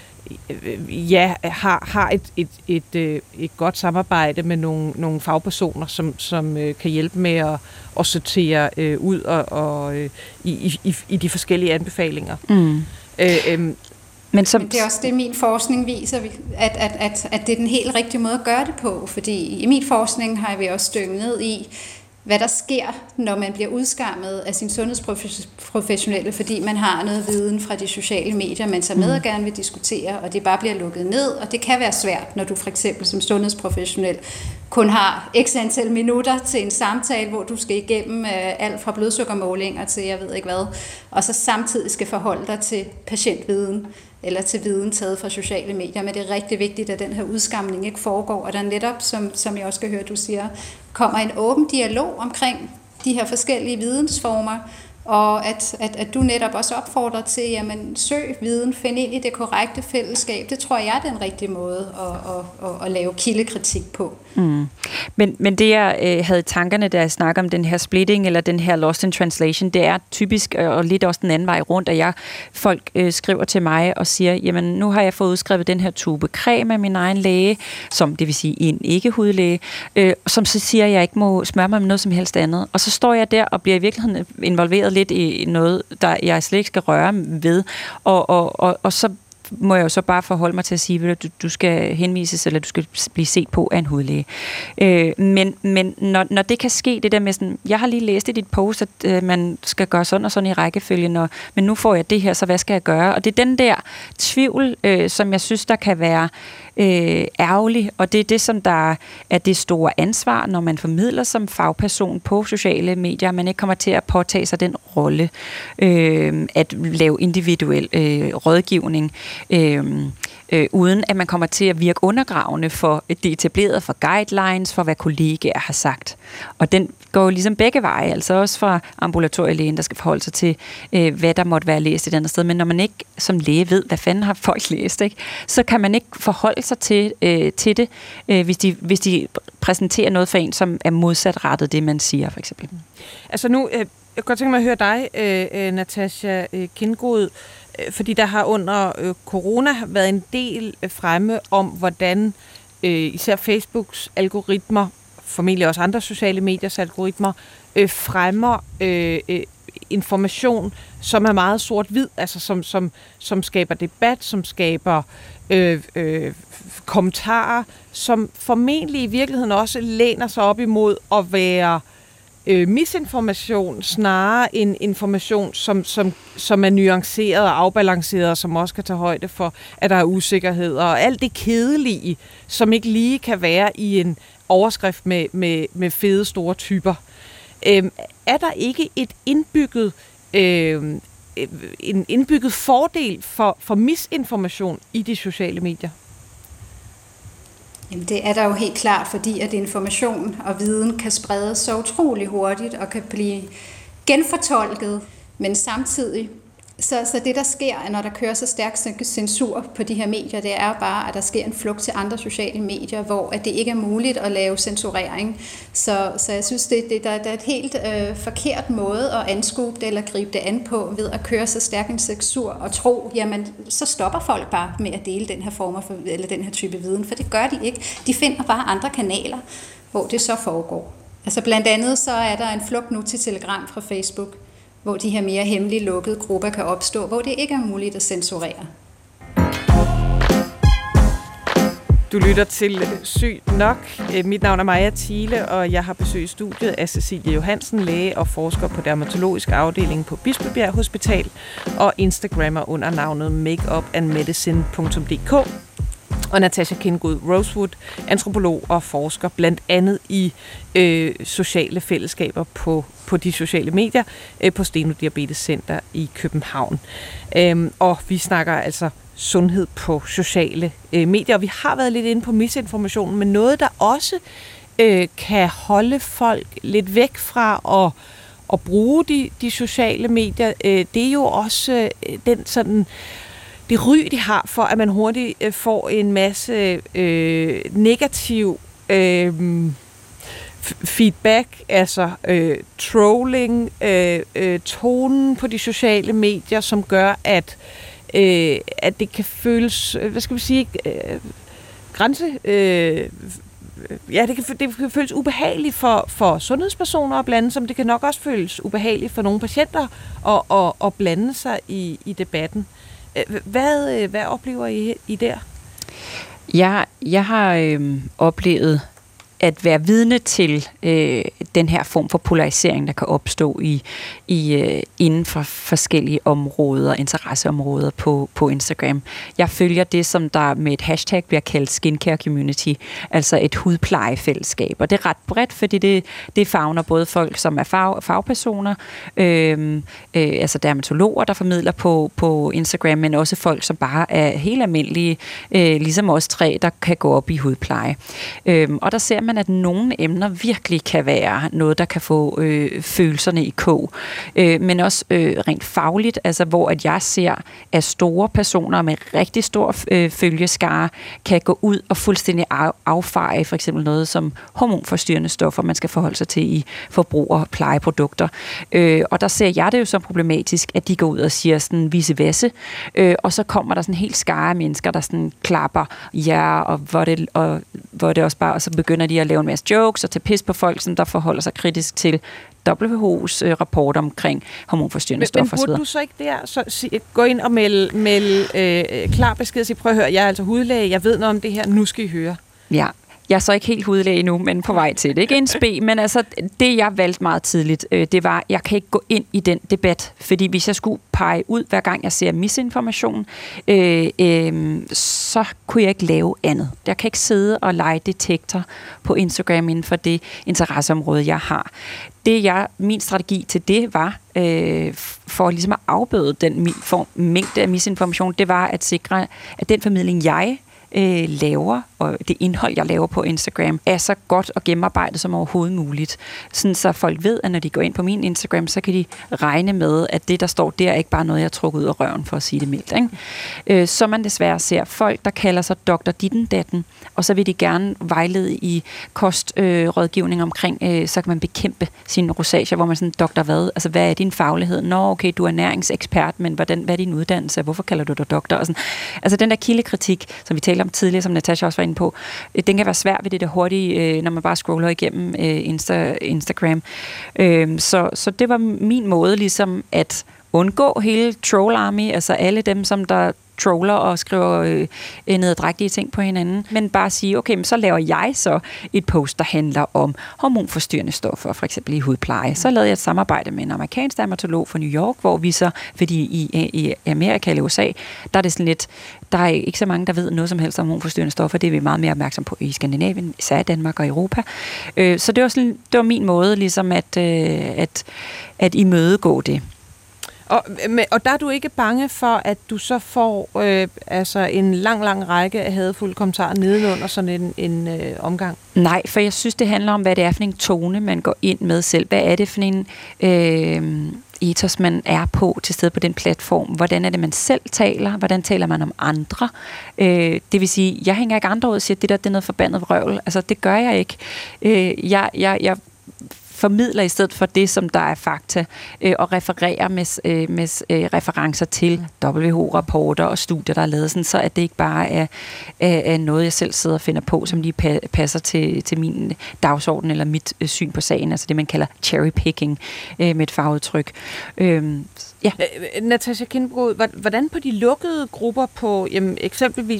øh, ja, har, har et, et, et, et, et godt samarbejde med nogle, nogle fagpersoner, som, som øh, kan hjælpe med at, at sortere øh, ud og, og, øh, i, i, i de forskellige anbefalinger. Mm. Øh, øh, Men, som Men det er også det, min forskning viser, at, at, at, at det er den helt rigtige måde at gøre det på. Fordi i min forskning har vi også dykket ned i, hvad der sker, når man bliver udskammet af sin sundhedsprofessionelle, fordi man har noget viden fra de sociale medier, man tager med og gerne vil diskutere, og det bare bliver lukket ned. Og det kan være svært, når du for eksempel som sundhedsprofessionel kun har x antal minutter til en samtale, hvor du skal igennem alt fra blodsukkermålinger til jeg ved ikke hvad, og så samtidig skal forholde dig til patientviden eller til viden taget fra sociale medier. Men det er rigtig vigtigt, at den her udskamning ikke foregår, og der netop, som, som jeg også skal høre, du siger, kommer en åben dialog omkring de her forskellige vidensformer, og at, at, at du netop også opfordrer til, jamen søg viden, find ind i det korrekte fællesskab. Det tror jeg er den rigtige måde at, at, at, at lave kildekritik på. Mm. Men, men det jeg øh, havde i tankerne, da jeg snakker om den her splitting, eller den her lost in translation, det er typisk, øh, og lidt også den anden vej rundt, at jeg, folk øh, skriver til mig og siger, jamen nu har jeg fået udskrevet den her tube creme af min egen læge, som det vil sige en ikke-hudlæge, øh, som så siger, at jeg ikke må smøre mig med noget som helst andet. Og så står jeg der og bliver i virkeligheden involveret lidt i noget, der jeg slet ikke skal røre ved, og, og, og, og så må jeg jo så bare forholde mig til at sige, at du, du skal henvises, eller du skal blive set på af en hudlæge. Øh, men men når, når det kan ske, det der med sådan, jeg har lige læst i dit post, at øh, man skal gøre sådan og sådan i rækkefølge, når, men nu får jeg det her, så hvad skal jeg gøre? Og det er den der tvivl, øh, som jeg synes, der kan være øh, ærgerlig, og det er det, som der er det store ansvar, når man formidler som fagperson på sociale medier, man ikke kommer til at påtage sig den rolle, øh, at lave individuel øh, rådgivning, øh, øh, uden at man kommer til at virke undergravende for det etablerede, for guidelines, for hvad kollegaer har sagt. Og den går jo ligesom begge veje, altså også fra ambulatorielægen, der skal forholde sig til, øh, hvad der måtte være læst et andet sted. Men når man ikke som læge ved, hvad fanden har folk læst, ikke, så kan man ikke forholde sig til, øh, til det, øh, hvis, de, hvis de præsenterer noget for en, som er modsatrettet det, man siger, for eksempel. Altså nu, øh, jeg kan godt tænke mig at høre dig, øh, Natasha Kindrod, øh, fordi der har under øh, corona været en del fremme om, hvordan øh, især Facebooks algoritmer, formentlig også andre sociale mediers algoritmer, øh, fremmer øh, øh, information, som er meget sort-hvid, altså som, som, som skaber debat, som skaber øh, øh, kommentarer, som formentlig i virkeligheden også læner sig op imod at være øh, misinformation, snarere end information, som, som, som er nuanceret og afbalanceret, og som også kan tage højde for, at der er usikkerhed, og alt det kedelige, som ikke lige kan være i en overskrift med, med, med fede store typer. Øhm, er der ikke et indbygget, øh, en indbygget fordel for, for misinformation i de sociale medier? Jamen det er der jo helt klart, fordi at information og viden kan spredes så utrolig hurtigt og kan blive genfortolket, men samtidig Så, så det, der sker, når der kører så stærk censur på de her medier, det er bare, at der sker en flugt til andre sociale medier, hvor at det ikke er muligt at lave censurering. Så, så jeg synes, det, det der, der er et helt øh, forkert måde at anskue det eller gribe det an på, ved at køre så stærk en censur og tro, jamen, så stopper folk bare med at dele den her form for, eller den her type viden, for det gør de ikke. De finder bare andre kanaler, hvor det så foregår. Altså blandt andet så er der en flugt nu til Telegram fra Facebook, hvor de her mere hemmelige lukkede grupper kan opstå, hvor det ikke er muligt at censurere. Du lytter til Sygt Nok. Mit navn er Maja Thiele, og jeg har besøg i studiet af Cecilie Johansen, læge og forsker på dermatologisk afdeling på Bispebjerg Hospital, og Instagrammer under navnet makeupandmedicine punktum d k. Og Natasha Kingold Rosewood, antropolog og forsker blandt andet i øh, sociale fællesskaber på, på de sociale medier øh, på Steno Diabetes Center i København. Øhm, og vi snakker altså sundhed på sociale øh, medier, og vi har været lidt inde på misinformation, men noget, der også øh, kan holde folk lidt væk fra at, at bruge de, de sociale medier, øh, det er jo også øh, den sådan det ry, de har for, at man hurtigt øh, får en masse øh, negativ øh, feedback, altså øh, trolling, øh, øh, tonen på de sociale medier, som gør, at øh, at det kan føles, hvad skal vi sige, øh, grænse, øh, ja, det kan, det kan føles ubehageligt for, for sundhedspersoner at blande sig, men det kan nok også føles ubehageligt for nogle patienter at, at, at blande sig i, i debatten. Hvad, hvad oplever I, I der? Jeg, jeg har øh, oplevet at være vidne til øh, den her form for polarisering, der kan opstå i, i øh, inden for forskellige områder, interesseområder på, på Instagram. Jeg følger det, som der med et hashtag bliver kaldt skincare community, altså et hudplejefællesskab. Og det er ret bredt, fordi det, det favner både folk, som er fag, fagpersoner, øh, øh, altså dermatologer, der formidler på, på Instagram, men også folk, som bare er helt almindelige, øh, ligesom os tre, der kan gå op i hudpleje. Øh, og der ser man, at nogle emner virkelig kan være noget, der kan få øh, følelserne i kog. Øh, men også øh, rent fagligt, altså hvor at jeg ser, at store personer med rigtig stor øh, følgeskare kan gå ud og fuldstændig af, affeje for eksempel noget som hormonforstyrrende stoffer, man skal forholde sig til i forbrug og plejeprodukter. Øh, og der ser jeg det jo som problematisk, at de går ud og siger sådan vise væsse, øh, og så kommer der sådan en helt skare af mennesker, der sådan klapper ja, og hvor det, og, hvor det også bare, og så begynder de at lave en masse jokes og tage pis på folk, som der forholder sig kritisk til W H O's øh, rapport omkring hormonforstyrrende stoffer. Men burde du så ikke der så sig, gå ind og melde, melde øh, klar besked og sige, prøv at høre, jeg er altså hudlæge, jeg ved noget om det her, nu skal I høre. Ja. Jeg er så ikke helt hudlæge nu, men på vej til det. Ikke en spe, men altså det, jeg valgte meget tidligt, øh, det var, jeg kan ikke gå ind i den debat, fordi hvis jeg skulle pege ud, hver gang jeg ser misinformation, øh, øh, så kunne jeg ikke lave andet. Jeg kan ikke sidde og lege detektor på Instagram inden for det interesseområde, jeg har. Det jeg, min strategi til det var, øh, for ligesom at afbøde den form, mængde af misinformation, det var at sikre, at den formidling, jeg Øh, laver, og det indhold, jeg laver på Instagram, er så godt og gennemarbejdet som overhovedet muligt. Sådan så folk ved, at når de går ind på min Instagram, så kan de regne med, at det, der står der, er ikke bare noget, jeg trukker ud af røven, for at sige det mildt. Ikke? Øh, så man desværre ser folk, der kalder sig doktor Ditten Datten, og så vil de gerne vejlede i kostrådgivning øh, omkring, øh, så kan man bekæmpe sine rosager, hvor man sådan, doktor hvad? Altså, hvad er din faglighed? Nå, okay, du er ernæringsekspert, men hvordan, hvad er din uddannelse? Hvorfor kalder du dig doktor? Og sådan. Altså, den der kildekritik, som vi taler om tidligere, som Natasha også var inde på, den kan være svær ved det der hurtige, når man bare scroller igennem Insta, Instagram. Så, så det var min måde ligesom at undgå hele troll army, altså alle dem, som der troller og skriver øh, nederdrægtige ting på hinanden, men bare sige, okay, men så laver jeg så et post, der handler om hormonforstyrrende stoffer, for eksempel i hudpleje. Så lavede jeg et samarbejde med en amerikansk dermatolog fra New York, hvor vi så, fordi i, i Amerika eller U S A, der er det sådan lidt, der er ikke så mange, der ved noget som helst om hormonforstyrrende stoffer, det er vi meget mere opmærksom på i Skandinavien, især Danmark og Europa. Øh, så det var, sådan, det var min måde ligesom at, øh, at, at imødegå det. Og, og der er du ikke bange for, at du så får øh, altså en lang, lang række af hadefulde kommentarer nedenunder sådan en, en øh, omgang? Nej, for jeg synes, det handler om, hvad det er for en tone, man går ind med selv. Hvad er det for en øh, ethos, man er på til stede på den platform? Hvordan er det, man selv taler? Hvordan taler man om andre? Øh, det vil sige, jeg hænger ikke andre ud og siger, at det der det er noget forbandet vrøvl. Altså, det gør jeg ikke. Øh, jeg, jeg, jeg formidler i stedet for det, som der er fakta, øh, og refererer med, øh, med øh, referencer til W H O-rapporter og studier, der er lavet, sådan, så at det ikke bare er, er, er noget, jeg selv sidder og finder på, som lige pa- passer til, til min dagsorden eller mit øh, syn på sagen, altså det, man kalder cherry-picking øh, med et fagudtryk. Øh, ja. Natasha Kingold, hvordan på de lukkede grupper på jamen, eksempelvis på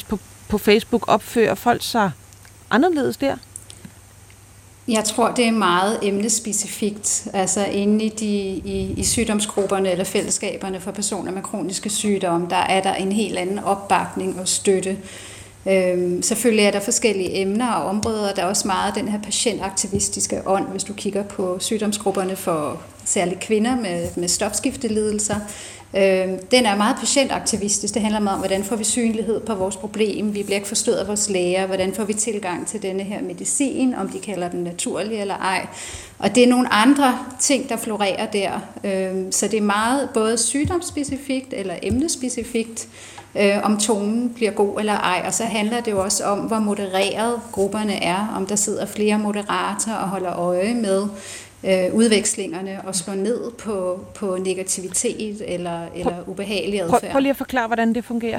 på Facebook, opfører folk sig anderledes der? Jeg tror, det er meget emnespecifikt. Altså inde i, de, i, i sygdomsgrupperne eller fællesskaberne for personer med kroniske sygdomme, der er der en helt anden opbakning og støtte. Øhm, selvfølgelig er der forskellige emner og områder. Der er også meget den her patientaktivistiske ånd, hvis du kigger på sygdomsgrupperne for særligt kvinder med, med stofskiftelidelser. Øhm, den er meget patientaktivistisk. Det handler meget om, hvordan får vi synlighed på vores problem. Vi bliver ikke forstået af vores læger. Hvordan får vi tilgang til denne her medicin, om de kalder den naturlig eller ej. Og det er nogle andre ting, der florerer der. Øhm, så det er meget både sygdomsspecifikt eller emnespecifikt, øh, om tonen bliver god eller ej. Og så handler det jo også om, hvor modereret grupperne er. Om der sidder flere moderatorer og holder øje med øh, udvekslingerne og slår ned på, på negativitet eller, eller ubehagelig adfærd. Prøv, prøv lige at forklare, hvordan det fungerer.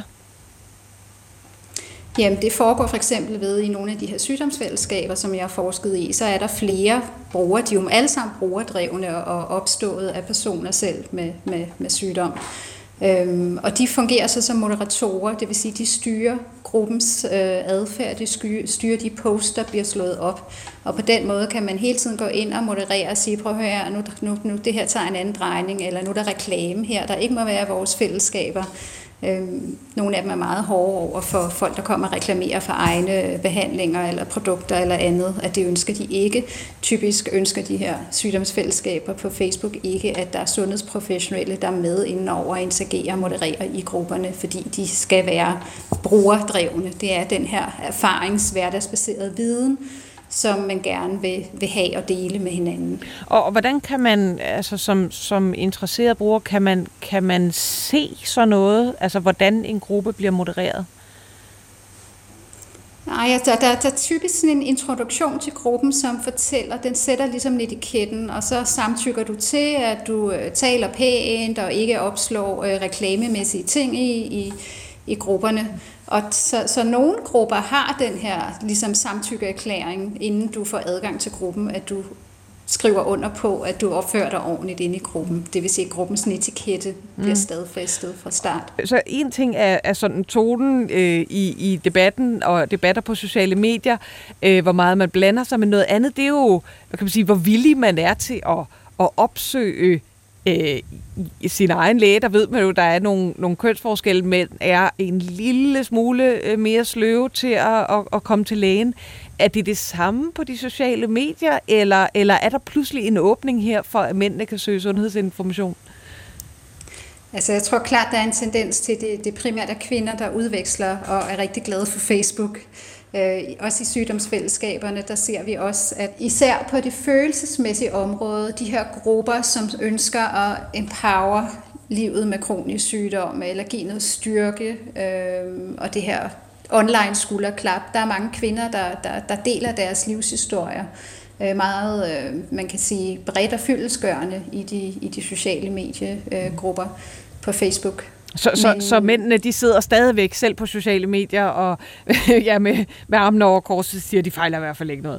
Jamen, det foregår for eksempel ved i nogle af de her sygdomsfællesskaber, som jeg har forsket i, så er der flere brugere, de er jo alle sammen brugerdrevne og opstået af personer selv med, med, med sygdom. Øhm, og de fungerer så som moderatorer, det vil sige, de styrer gruppens øh, adfærd, de styrer de posts, der bliver slået op. Og på den måde kan man hele tiden gå ind og moderere og sige, prøv at høre her, nu, nu, nu det her tager en anden drejning, eller nu er der reklame her, der ikke må være vores fællesskaber. Øhm, nogle af dem er meget hårde over for folk, der kommer og reklamerer for egne behandlinger eller produkter eller andet, at det ønsker de ikke. Typisk ønsker de her sygdomsfællesskaber på Facebook ikke, at der er sundhedsprofessionelle, der er med indenover og interagerer og modererer i grupperne, fordi de skal være brugerdrevne. Det er den her erfarings-hverdagsbaserede viden, som man gerne vil, vil have og dele med hinanden. Og, og hvordan kan man, altså som, som interesseret bruger, kan man, kan man se sådan noget, altså hvordan en gruppe bliver modereret? Nej, der, der, der er typisk sådan en introduktion til gruppen, som fortæller, den sætter ligesom etiketten, og så samtykker du til, at du øh, taler pænt og ikke opslår øh, reklamemæssige ting i, i, i grupperne. Og så, så nogle grupper har den her ligesom samtykkeerklæring, inden du får adgang til gruppen, at du skriver under på, at du opfører dig ordentligt inde i gruppen. Det vil sige, at gruppens etikette bliver mm. stadfæstet fra start. Så en ting er, er sådan tonen øh, i, i debatten og debatter på sociale medier, øh, hvor meget man blander sig, med noget andet, det er jo, hvad kan man sige, hvor villig man er til at, at opsøge Øh, i sin egen læge. Der ved man jo, der er nogle, nogle kønsforskelle, men er en lille smule øh, mere sløve til at, at, at komme til lægen. Er det det samme på de sociale medier, eller, eller er der pludselig en åbning her for, at mændene kan søge sundhedsinformation? Altså jeg tror klart, der er en tendens til, det, det primært er kvinder, der udveksler og er rigtig glade for Facebook. Øh, også i sygdomsfællesskaberne, der ser vi også, at især på det følelsesmæssige område, de her grupper, som ønsker at empower livet med kronisk sygdom, eller give noget styrke, øh, og det her online skulderklap, der er mange kvinder, der, der, der deler deres livshistorier øh, meget, øh, man kan sige, bredt og fyldestgørende i de, i de sociale mediegrupper øh, på Facebook. Så, så, Men, så mændene, de sidder stadigvæk selv på sociale medier, og ja, med, med armen over korset siger, de fejler i hvert fald ikke noget.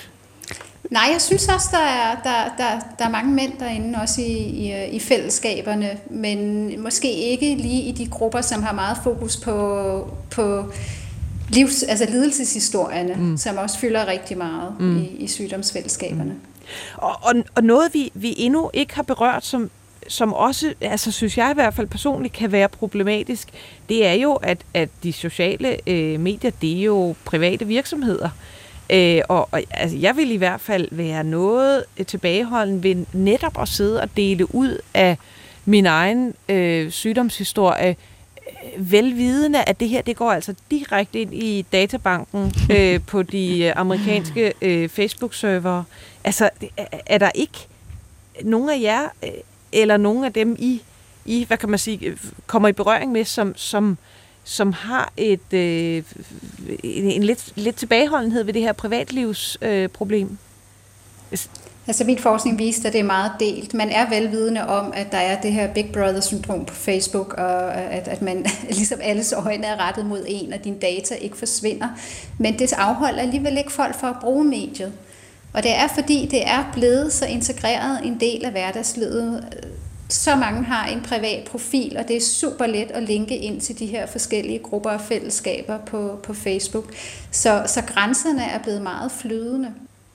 Nej, jeg synes også, der er, der, der, der er mange mænd derinde, også i, i, i fællesskaberne, men måske ikke lige i de grupper, som har meget fokus på, på livs, altså lidelseshistorierne, mm. som også fylder rigtig meget mm. i, i sygdomsfællesskaberne. Mm. Og, og, og noget, vi, vi endnu ikke har berørt, som som også, altså synes jeg i hvert fald personligt, kan være problematisk, det er jo, at, at de sociale øh, medier, det er jo private virksomheder. Øh, og og altså, jeg vil i hvert fald være noget tilbageholden ved netop at sidde og dele ud af min egen øh, sygdomshistorie, velvidende, at det her, det går altså direkte ind i databanken øh, på de amerikanske øh, Facebook-servere. Altså, er der ikke nogen af jer, øh, eller nogle af dem, I, I, hvad kan man sige, kommer i berøring med, som, som, som har et, øh, en, en lidt, lidt tilbageholdenhed ved det her privatlivsproblem? Øh, altså min forskning viste, at det er meget delt. Man er velvidende om, at der er det her Big Brother-syndrom på Facebook, og at, at man ligesom alles øjne er rettet mod en, og dine data ikke forsvinder. Men det afholder alligevel ikke folk for at bruge mediet. Og det er fordi, det er blevet så integreret en del af hverdagslivet, så mange har en privat profil, og det er super let at linke ind til de her forskellige grupper og fællesskaber på, på Facebook. Så, så grænserne er blevet meget flydende.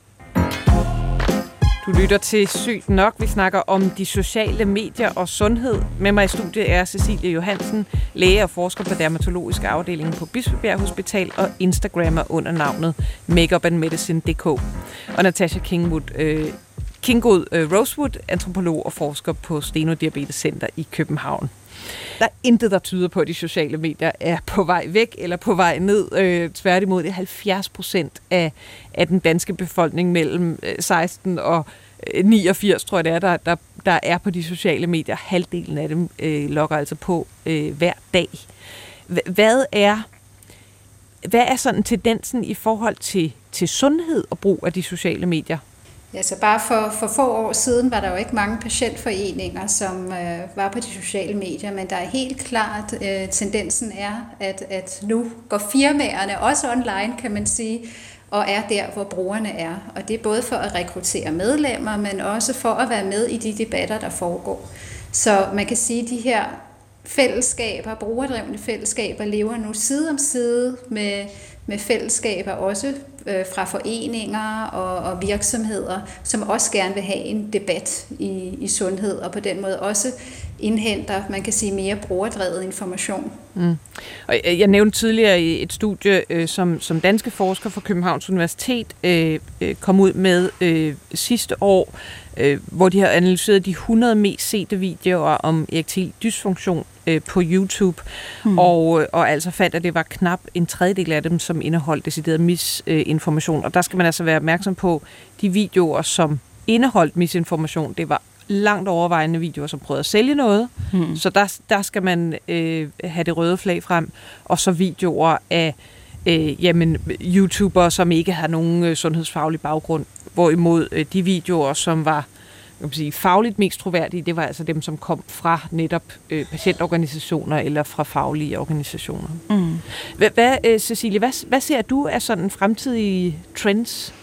Du lytter til Sygt Nok. Vi snakker om de sociale medier og sundhed. Med mig i studiet er Cecilie Johansen, læge og forsker på dermatologisk afdeling på Bispebjerg Hospital og Instagrammer under navnet makeup and medicine punktum d k. Og Natasha Kingwood, øh, Kingwood øh, Rosewood, antropolog og forsker på Steno Diabetes Center i København. Der er intet, der tyder på, at de sociale medier er på vej væk eller på vej ned. Øh, tværtimod, det er halvfjerds procent af, af den danske befolkning mellem seksten og niogfirs, tror jeg det er, der, der, der er på de sociale medier. Halvdelen af dem øh, logger altså på øh, hver dag. Hvad er, hvad er sådan tendensen i forhold til, til sundhed og brug af de sociale medier? Ja, så bare for, for få år siden var der jo ikke mange patientforeninger, som øh, var på de sociale medier, men der er helt klart, øh, tendensen er, at, at nu går firmaerne også online, kan man sige, og er der, hvor brugerne er. Og det er både for at rekruttere medlemmer, men også for at være med i de debatter, der foregår. Så man kan sige, at de her fællesskaber, brugerdrevne fællesskaber, lever nu side om side med, med fællesskaber også øh, fra foreninger og, og virksomheder, som også gerne vil have en debat i, i sundhed, og på den måde også indhenter, man kan sige, mere brugerdrevet information. Mm. Og jeg nævnte tidligere i et studie, øh, som, som danske forskere fra Københavns Universitet øh, øh, kom ud med øh, sidste år, øh, hvor de har analyseret de hundrede mest sete videoer om erektil dysfunktion øh, på YouTube, mm. og, og altså fandt, at det var knap en tredjedel af dem, som indeholdt decideret misinformation. Og der skal man altså være opmærksom på, de videoer, som indeholdt misinformation, det var langt overvejende videoer, som prøvede at sælge noget. Hmm. Så der, der skal man øh, have det røde flag frem. Og så videoer af øh, jamen, YouTubere, som ikke har nogen øh, sundhedsfaglig baggrund. Hvorimod øh, de videoer, som var jeg kan sige, fagligt mest troværdige, det var altså dem, som kom fra netop øh, patientorganisationer eller fra faglige organisationer. Hmm. Hvad, hvad, øh, Cecilie, hvad, hvad ser du af sådan fremtidige trends?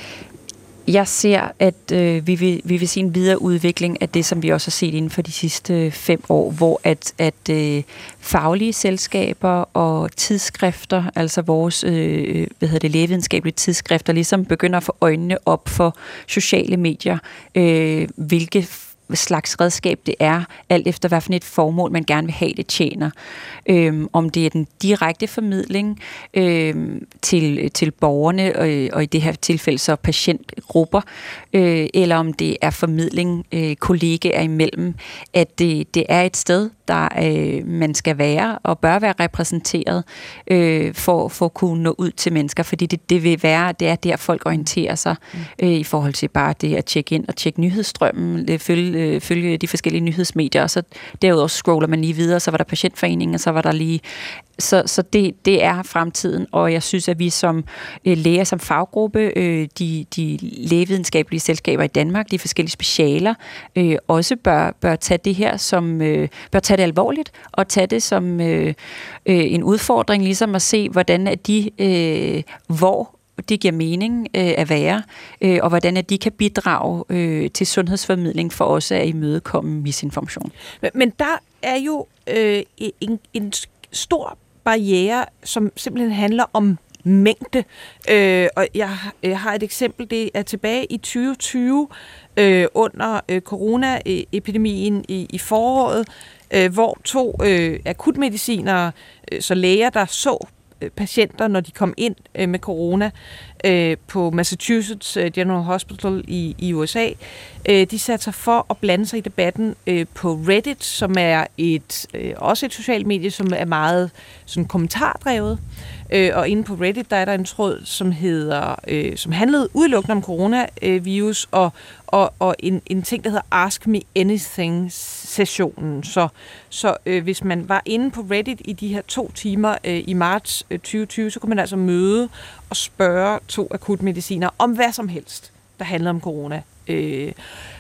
Jeg ser, at øh, vi, vil, vi vil se en videre udvikling af det, som vi også har set inden for de sidste fem år, hvor at, at øh, faglige selskaber og tidsskrifter, altså vores øh, hvad hedder det, lægevidenskabelige tidsskrifter, ligesom begynder at få øjnene op for sociale medier, øh, hvilke slags redskab det er, alt efter hvad for et formål man gerne vil have, det tjener. Øhm, om det er den direkte formidling øhm, til, til borgerne, og, og i det her tilfælde så patientgrupper, øh, eller om det er formidling øh, kollegaer imellem, at det, det er et sted, der øh, man skal være og bør være repræsenteret øh, for, for at kunne nå ud til mennesker, fordi det, det vil være, det er der folk orienterer sig øh, i forhold til bare det at tjekke ind og tjekke nyhedsstrømmen, følge følge de forskellige nyhedsmedier, og så derudover scroller man lige videre, så var der patientforeningen, og så var der lige... Så, så det, det er fremtiden, og jeg synes, at vi som øh, læger, som faggruppe, øh, de, de lægevidenskabelige selskaber i Danmark, de forskellige specialer, øh, også bør, bør tage det her som... Øh, bør tage det alvorligt, og tage det som øh, øh, en udfordring, ligesom at se, hvordan er de... Øh, hvor det giver mening øh, at være, øh, og hvordan at de kan bidrage øh, til sundhedsformidling for også at imødekomme misinformation. Men, men der er jo øh, en, en stor barriere, som simpelthen handler om mængde. Øh, og jeg, jeg har et eksempel, det er tilbage i tyve tyve, øh, under øh, coronaepidemien i, i foråret, øh, hvor to øh, akutmedicinere, øh, så læger, der så patienter, når de kom ind øh, med corona øh, på Massachusetts General Hospital i, i U S A. Øh, de satte sig for at blande sig i debatten øh, på Reddit, som er et øh, også et socialt medie, som er meget sådan kommentardrevet. Øh, og inde på Reddit, der er der en tråd, som hedder, øh, som handlede udelukkende om coronavirus, og, og, og en, en ting, der hedder Ask Me Anything-sessionen. Så, så øh, hvis man var inde på Reddit i de her to timer øh, i marts øh, tyve tyve, så kunne man altså møde og spørge to akutmediciner om hvad som helst, der handler om corona. Øh,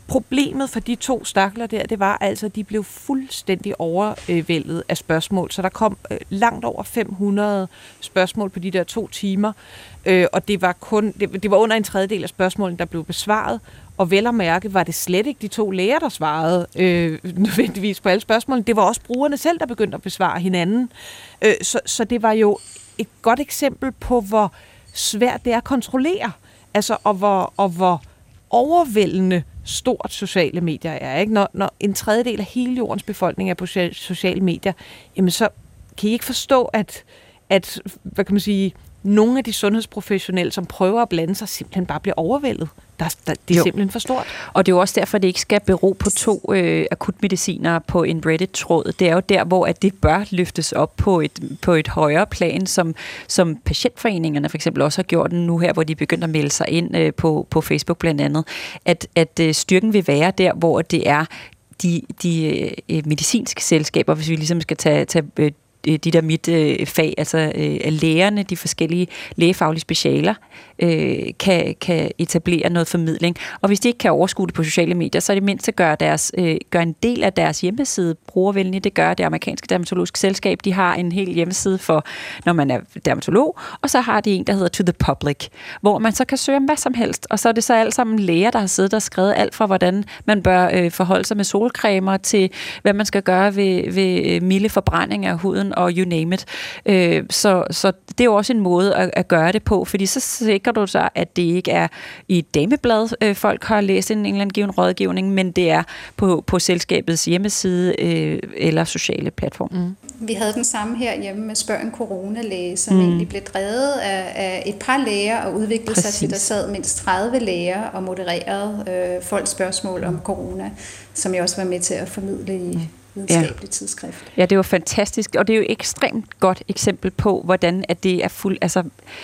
problemet for de to stakler der, det var altså, at de blev fuldstændig overvældet af spørgsmål. Så der kom øh, langt over fem hundrede spørgsmål på de der to timer, øh, og det var kun det, det var under en tredjedel af spørgsmålene, der blev besvaret. Og vel at mærke, var det slet ikke de to læger, der svarede øh, nødvendigvis på alle spørgsmålene. Det var også brugerne selv, der begyndte at besvare hinanden. Øh, så, så det var jo et godt eksempel på, hvor svært det er at kontrollere. Altså, og hvor, og hvor overvældende stort sociale medier er. Ikke? Når, når en tredjedel af hele jordens befolkning er på sociale medier, jamen så kan I ikke forstå, at, at hvad kan man sige, nogle af de sundhedsprofessionelle, som prøver at blande sig, simpelthen bare bliver overvældet. Der, der, det er jo simpelthen for stort. Og det er jo også derfor, at det ikke skal bero på to øh, akutmediciner på en Reddit-tråd. Det er jo der, hvor at det bør løftes op på et, på et højere plan, som, som patientforeningerne for eksempel også har gjort nu her, hvor de begynder at melde sig ind øh, på, på Facebook blandt andet. At, at øh, styrken vil være der, hvor det er de, de øh, medicinske selskaber, hvis vi ligesom skal tage, tage øh, de der mit øh, fag, altså øh, lægerne, de forskellige lægefaglige specialer, øh, kan, kan etablere noget formidling. Og hvis de ikke kan overskue det på sociale medier, så er det mindst at gøre, deres, øh, gøre en del af deres hjemmeside brugervenlig. Det gør det amerikanske dermatologiske selskab. De har en hel hjemmeside for, når man er dermatolog, og så har de en, der hedder To the Public, hvor man så kan søge om hvad som helst. Og så er det så alt sammen læger, der har siddet og skrevet alt fra, hvordan man bør øh, forholde sig med solcremer, til hvad man skal gøre ved, ved milde forbrænding af huden, og you name it. Øh, så, så det er jo også en måde at, at gøre det på, fordi så sikrer du så, at det ikke er i et dameblad, øh, folk har læst en, en eller anden given rådgivning, men det er på, på selskabets hjemmeside øh, eller sociale platform. Mm. Vi havde den samme herhjemme med Spørg en coronalæge, som mm. egentlig blev drevet af, af et par læger og udviklede Præcis. sig til, der sad mindst tredive læger og modererede øh, folks spørgsmål om corona, som jeg også var med til at formidle i videnskabeligt ja. tidsskrift. Ja, det var fantastisk, og det er jo et ekstremt godt eksempel på, hvordan at det er fuld, altså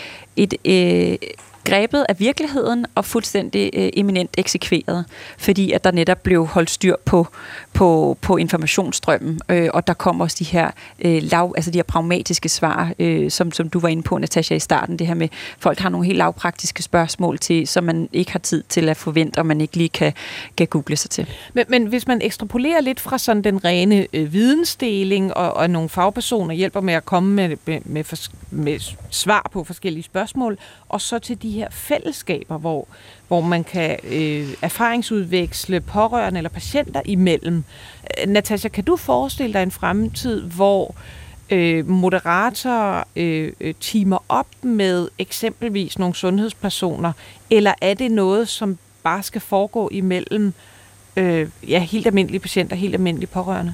et øh, grebet af virkeligheden og fuldstændig øh, eminent eksekveret, fordi at der netop blev holdt styr på, på, på informationsstrømmen, øh, og der kom også de her øh, lav, altså de her pragmatiske svar, øh, som, som du var inde på, Natasha, i starten, det her med, folk har nogle helt lavpraktiske spørgsmål til, som man ikke har tid til at forvente, og man ikke lige kan, kan google sig til. Men, men hvis man ekstrapolerer lidt fra sådan den rene øh, vidensdeling, og, og nogle fagpersoner hjælper med at komme med, med, med, med svar på forskellige spørgsmål, og så til de her fællesskaber, hvor, hvor man kan øh, erfaringsudveksle pårørende eller patienter imellem. Natasha, kan du forestille dig en fremtid, hvor øh, moderatorer øh, teamer op med eksempelvis nogle sundhedspersoner, eller er det noget, som bare skal foregå imellem øh, ja, helt almindelige patienter, helt almindelige pårørende?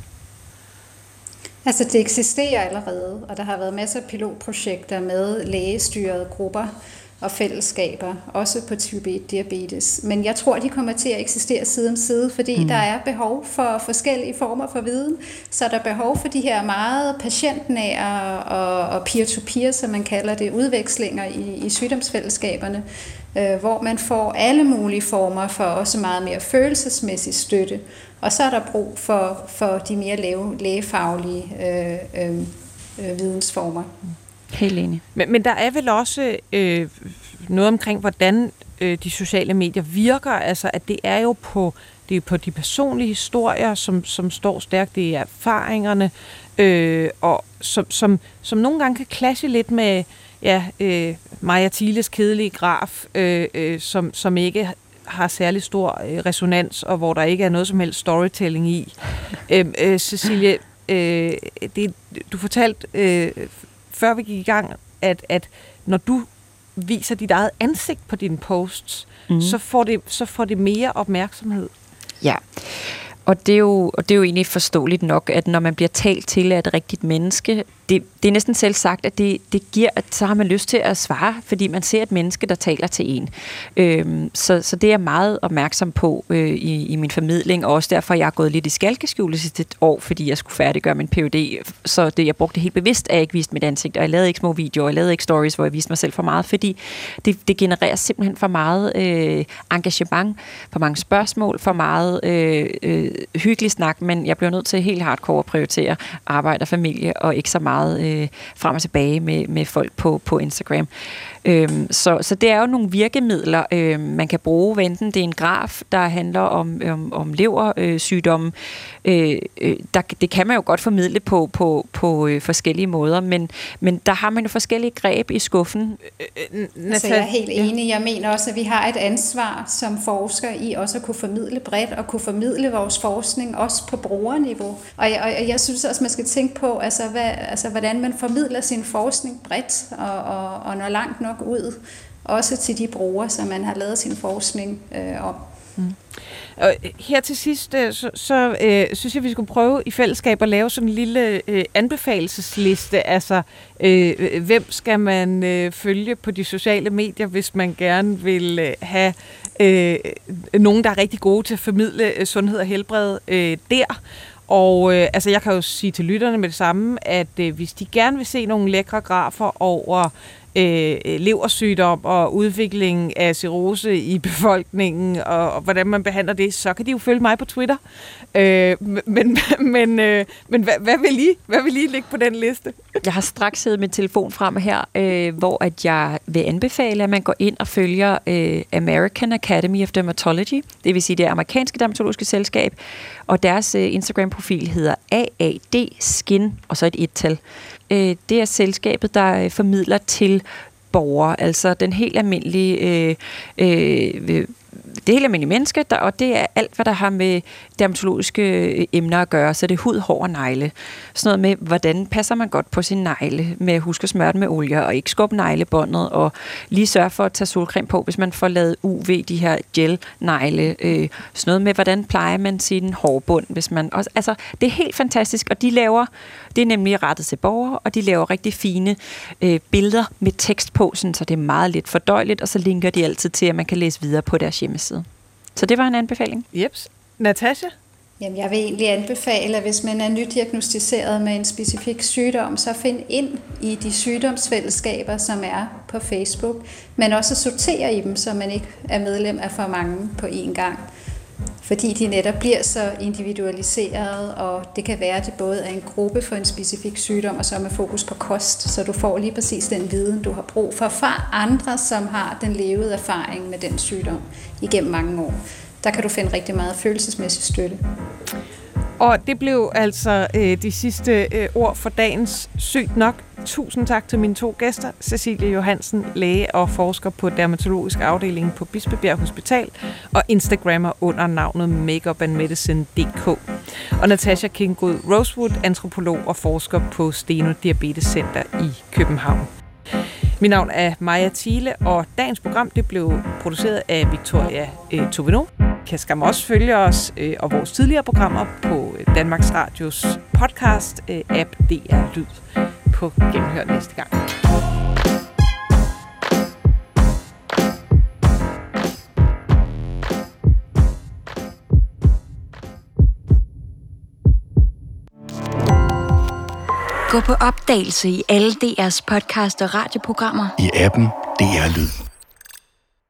Altså det eksisterer allerede, og der har været masser af pilotprojekter med lægestyrede grupper og fællesskaber, også på type et diabetes. Men jeg tror, de kommer til at eksistere side om side, fordi mm. der er behov for forskellige former for viden. Så er der behov for de her meget patientnære og, og peer-to-peer, som man kalder det, udvekslinger i, i sygdomsfællesskaberne, øh, hvor man får alle mulige former for også meget mere følelsesmæssig støtte. Og så er der brug for, for de mere lave, lægefaglige øh, øh, øh, vidensformer. Helt enig. Men, men der er vel også øh, noget omkring, hvordan øh, de sociale medier virker. Altså, at det er jo på, det er på de personlige historier, som, som står stærkt. Det er erfaringerne, øh, og som, som, som nogle gange kan clashe lidt med ja, øh, Maja Thiles kedelige graf, øh, øh, som, som ikke har særlig stor øh, resonans, og hvor der ikke er noget som helst storytelling i. øh, øh, Cecilie, øh, det, du fortalte øh, før vi gik i gang, at, at når du viser dit eget ansigt på dine posts, mm. så, får det, så får det mere opmærksomhed. Ja, og det, er jo, og det er jo egentlig forståeligt nok, at når man bliver talt til af et rigtigt menneske, det, det er næsten selv sagt, at det, det giver, at så har man lyst til at svare, fordi man ser et menneske, der taler til en. Øhm, så, så det er jeg meget opmærksom på øh, i, i min formidling, og også derfor, jeg er gået lidt i skalkeskjul sidste år, fordi jeg skulle færdiggøre min P H D. Så det, jeg brugte helt bevidst, at jeg ikke viste mit ansigt, og jeg lavede ikke små videoer, jeg lavede ikke stories, hvor jeg viste mig selv for meget, fordi det, det genererer simpelthen for meget øh, engagement, for mange spørgsmål, for meget øh, øh, hyggelig snak, men jeg blev nødt til helt hardcore at prioritere arbejde og familie, og ikke så meget øh, frem og tilbage med, med folk på, på Instagram. Øhm, så, så det er jo nogle virkemidler, øh, man kan bruge, enten det er en graf, der handler om, om, om leversygdomme. Øh, øh, der, det kan man jo godt formidle på, på, på øh, forskellige måder, men, men der har man jo forskellige greb i skuffen. Altså, jeg er helt enig. Jeg mener også, at vi har et ansvar som forsker i også at kunne formidle bredt og kunne formidle vores forskning også på brugerniveau. Og jeg, og jeg synes også, man skal tænke på, altså, hvad, altså, hvordan man formidler sin forskning bredt og, og, og når langt nok ud, også til de brugere, som man har lavet sin forskning øh, om. Mm. Og her til sidst, så, så øh, synes jeg, vi skulle prøve i fællesskab at lave sådan en lille øh, anbefalesliste. Altså, øh, hvem skal man øh, følge på de sociale medier, hvis man gerne vil øh, have øh, nogen, der er rigtig gode til at formidle øh, sundhed og helbred øh, der. Og øh, altså, jeg kan jo sige til lytterne med det samme, at øh, hvis de gerne vil se nogle lækre grafer over øh, leversygdom og udvikling af cirrhose i befolkningen, og, og hvordan man behandler det, så kan de jo følge mig på Twitter. Øh, men men, øh, men hvad, hvad, vil I, hvad vil I lægge på den liste? Jeg har straks siddet min telefon frem her, øh, hvor at jeg vil anbefale, at man går ind og følger øh, American Academy of Dermatology, det vil sige det amerikanske dermatologiske selskab, og deres øh, Instagram-profil hedder A A D Skin, og så et et-tal. Øh, det er selskabet, der øh, formidler til borgere, altså den helt almindelige øh, øh, det helt almindelige menneske, der, og det er alt, hvad der har med dermatologiske emner at gøre, så det er hud, hår og negle. Sådan noget med, hvordan passer man godt på sin negle, med at huske at smøre den med olie, og ikke skubbe neglebåndet, og lige sørge for at tage solcreme på, hvis man får lavet U V, de her gel-negle. Øh, sådan noget med, hvordan plejer man sin hårbund, hvis man også, altså, det er helt fantastisk, og de laver, det er nemlig rettet til borgere, og de laver rigtig fine øh, billeder med tekst på, sådan, så det er meget lidt fordøjeligt, og så linker de altid til, at man kan læse videre på deres hjemmeside. Så det var en anbefaling. Jeps. Natasha? Jamen, jeg vil egentlig anbefale, at hvis man er nydiagnostiseret med en specifik sygdom, så find ind i de sygdomsfællesskaber, som er på Facebook, men også sortere i dem, så man ikke er medlem af for mange på én gang. Fordi de netop bliver så individualiseret, og det kan være, at det både er en gruppe for en specifik sygdom, og så med fokus på kost, så du får lige præcis den viden, du har brug for fra andre, som har den levede erfaring med den sygdom igennem mange år. Der kan du finde rigtig meget følelsesmæssig støtte. Og det blev altså øh, de sidste øh, ord for dagens Sygt Nok. Tusind tak til mine to gæster, Cecilie Johansen, læge og forsker på dermatologisk afdeling på Bispebjerg Hospital, og Instagrammer under navnet makeup and medicine punktum d k. Og Natasha Kinggood Rosewood, antropolog og forsker på Steno Diabetes Center i København. Mit navn er Maja Thiele, og dagens program det blev produceret af Victoria øh, Tovino. I kan skam også følge os øh, og vores tidligere programmer på Danmarks Radios podcast øh, app D R Lyd. På genhør næste gang. Gå på opdagelse i alle D R's podcast og radioprogrammer. I appen D R Lyd.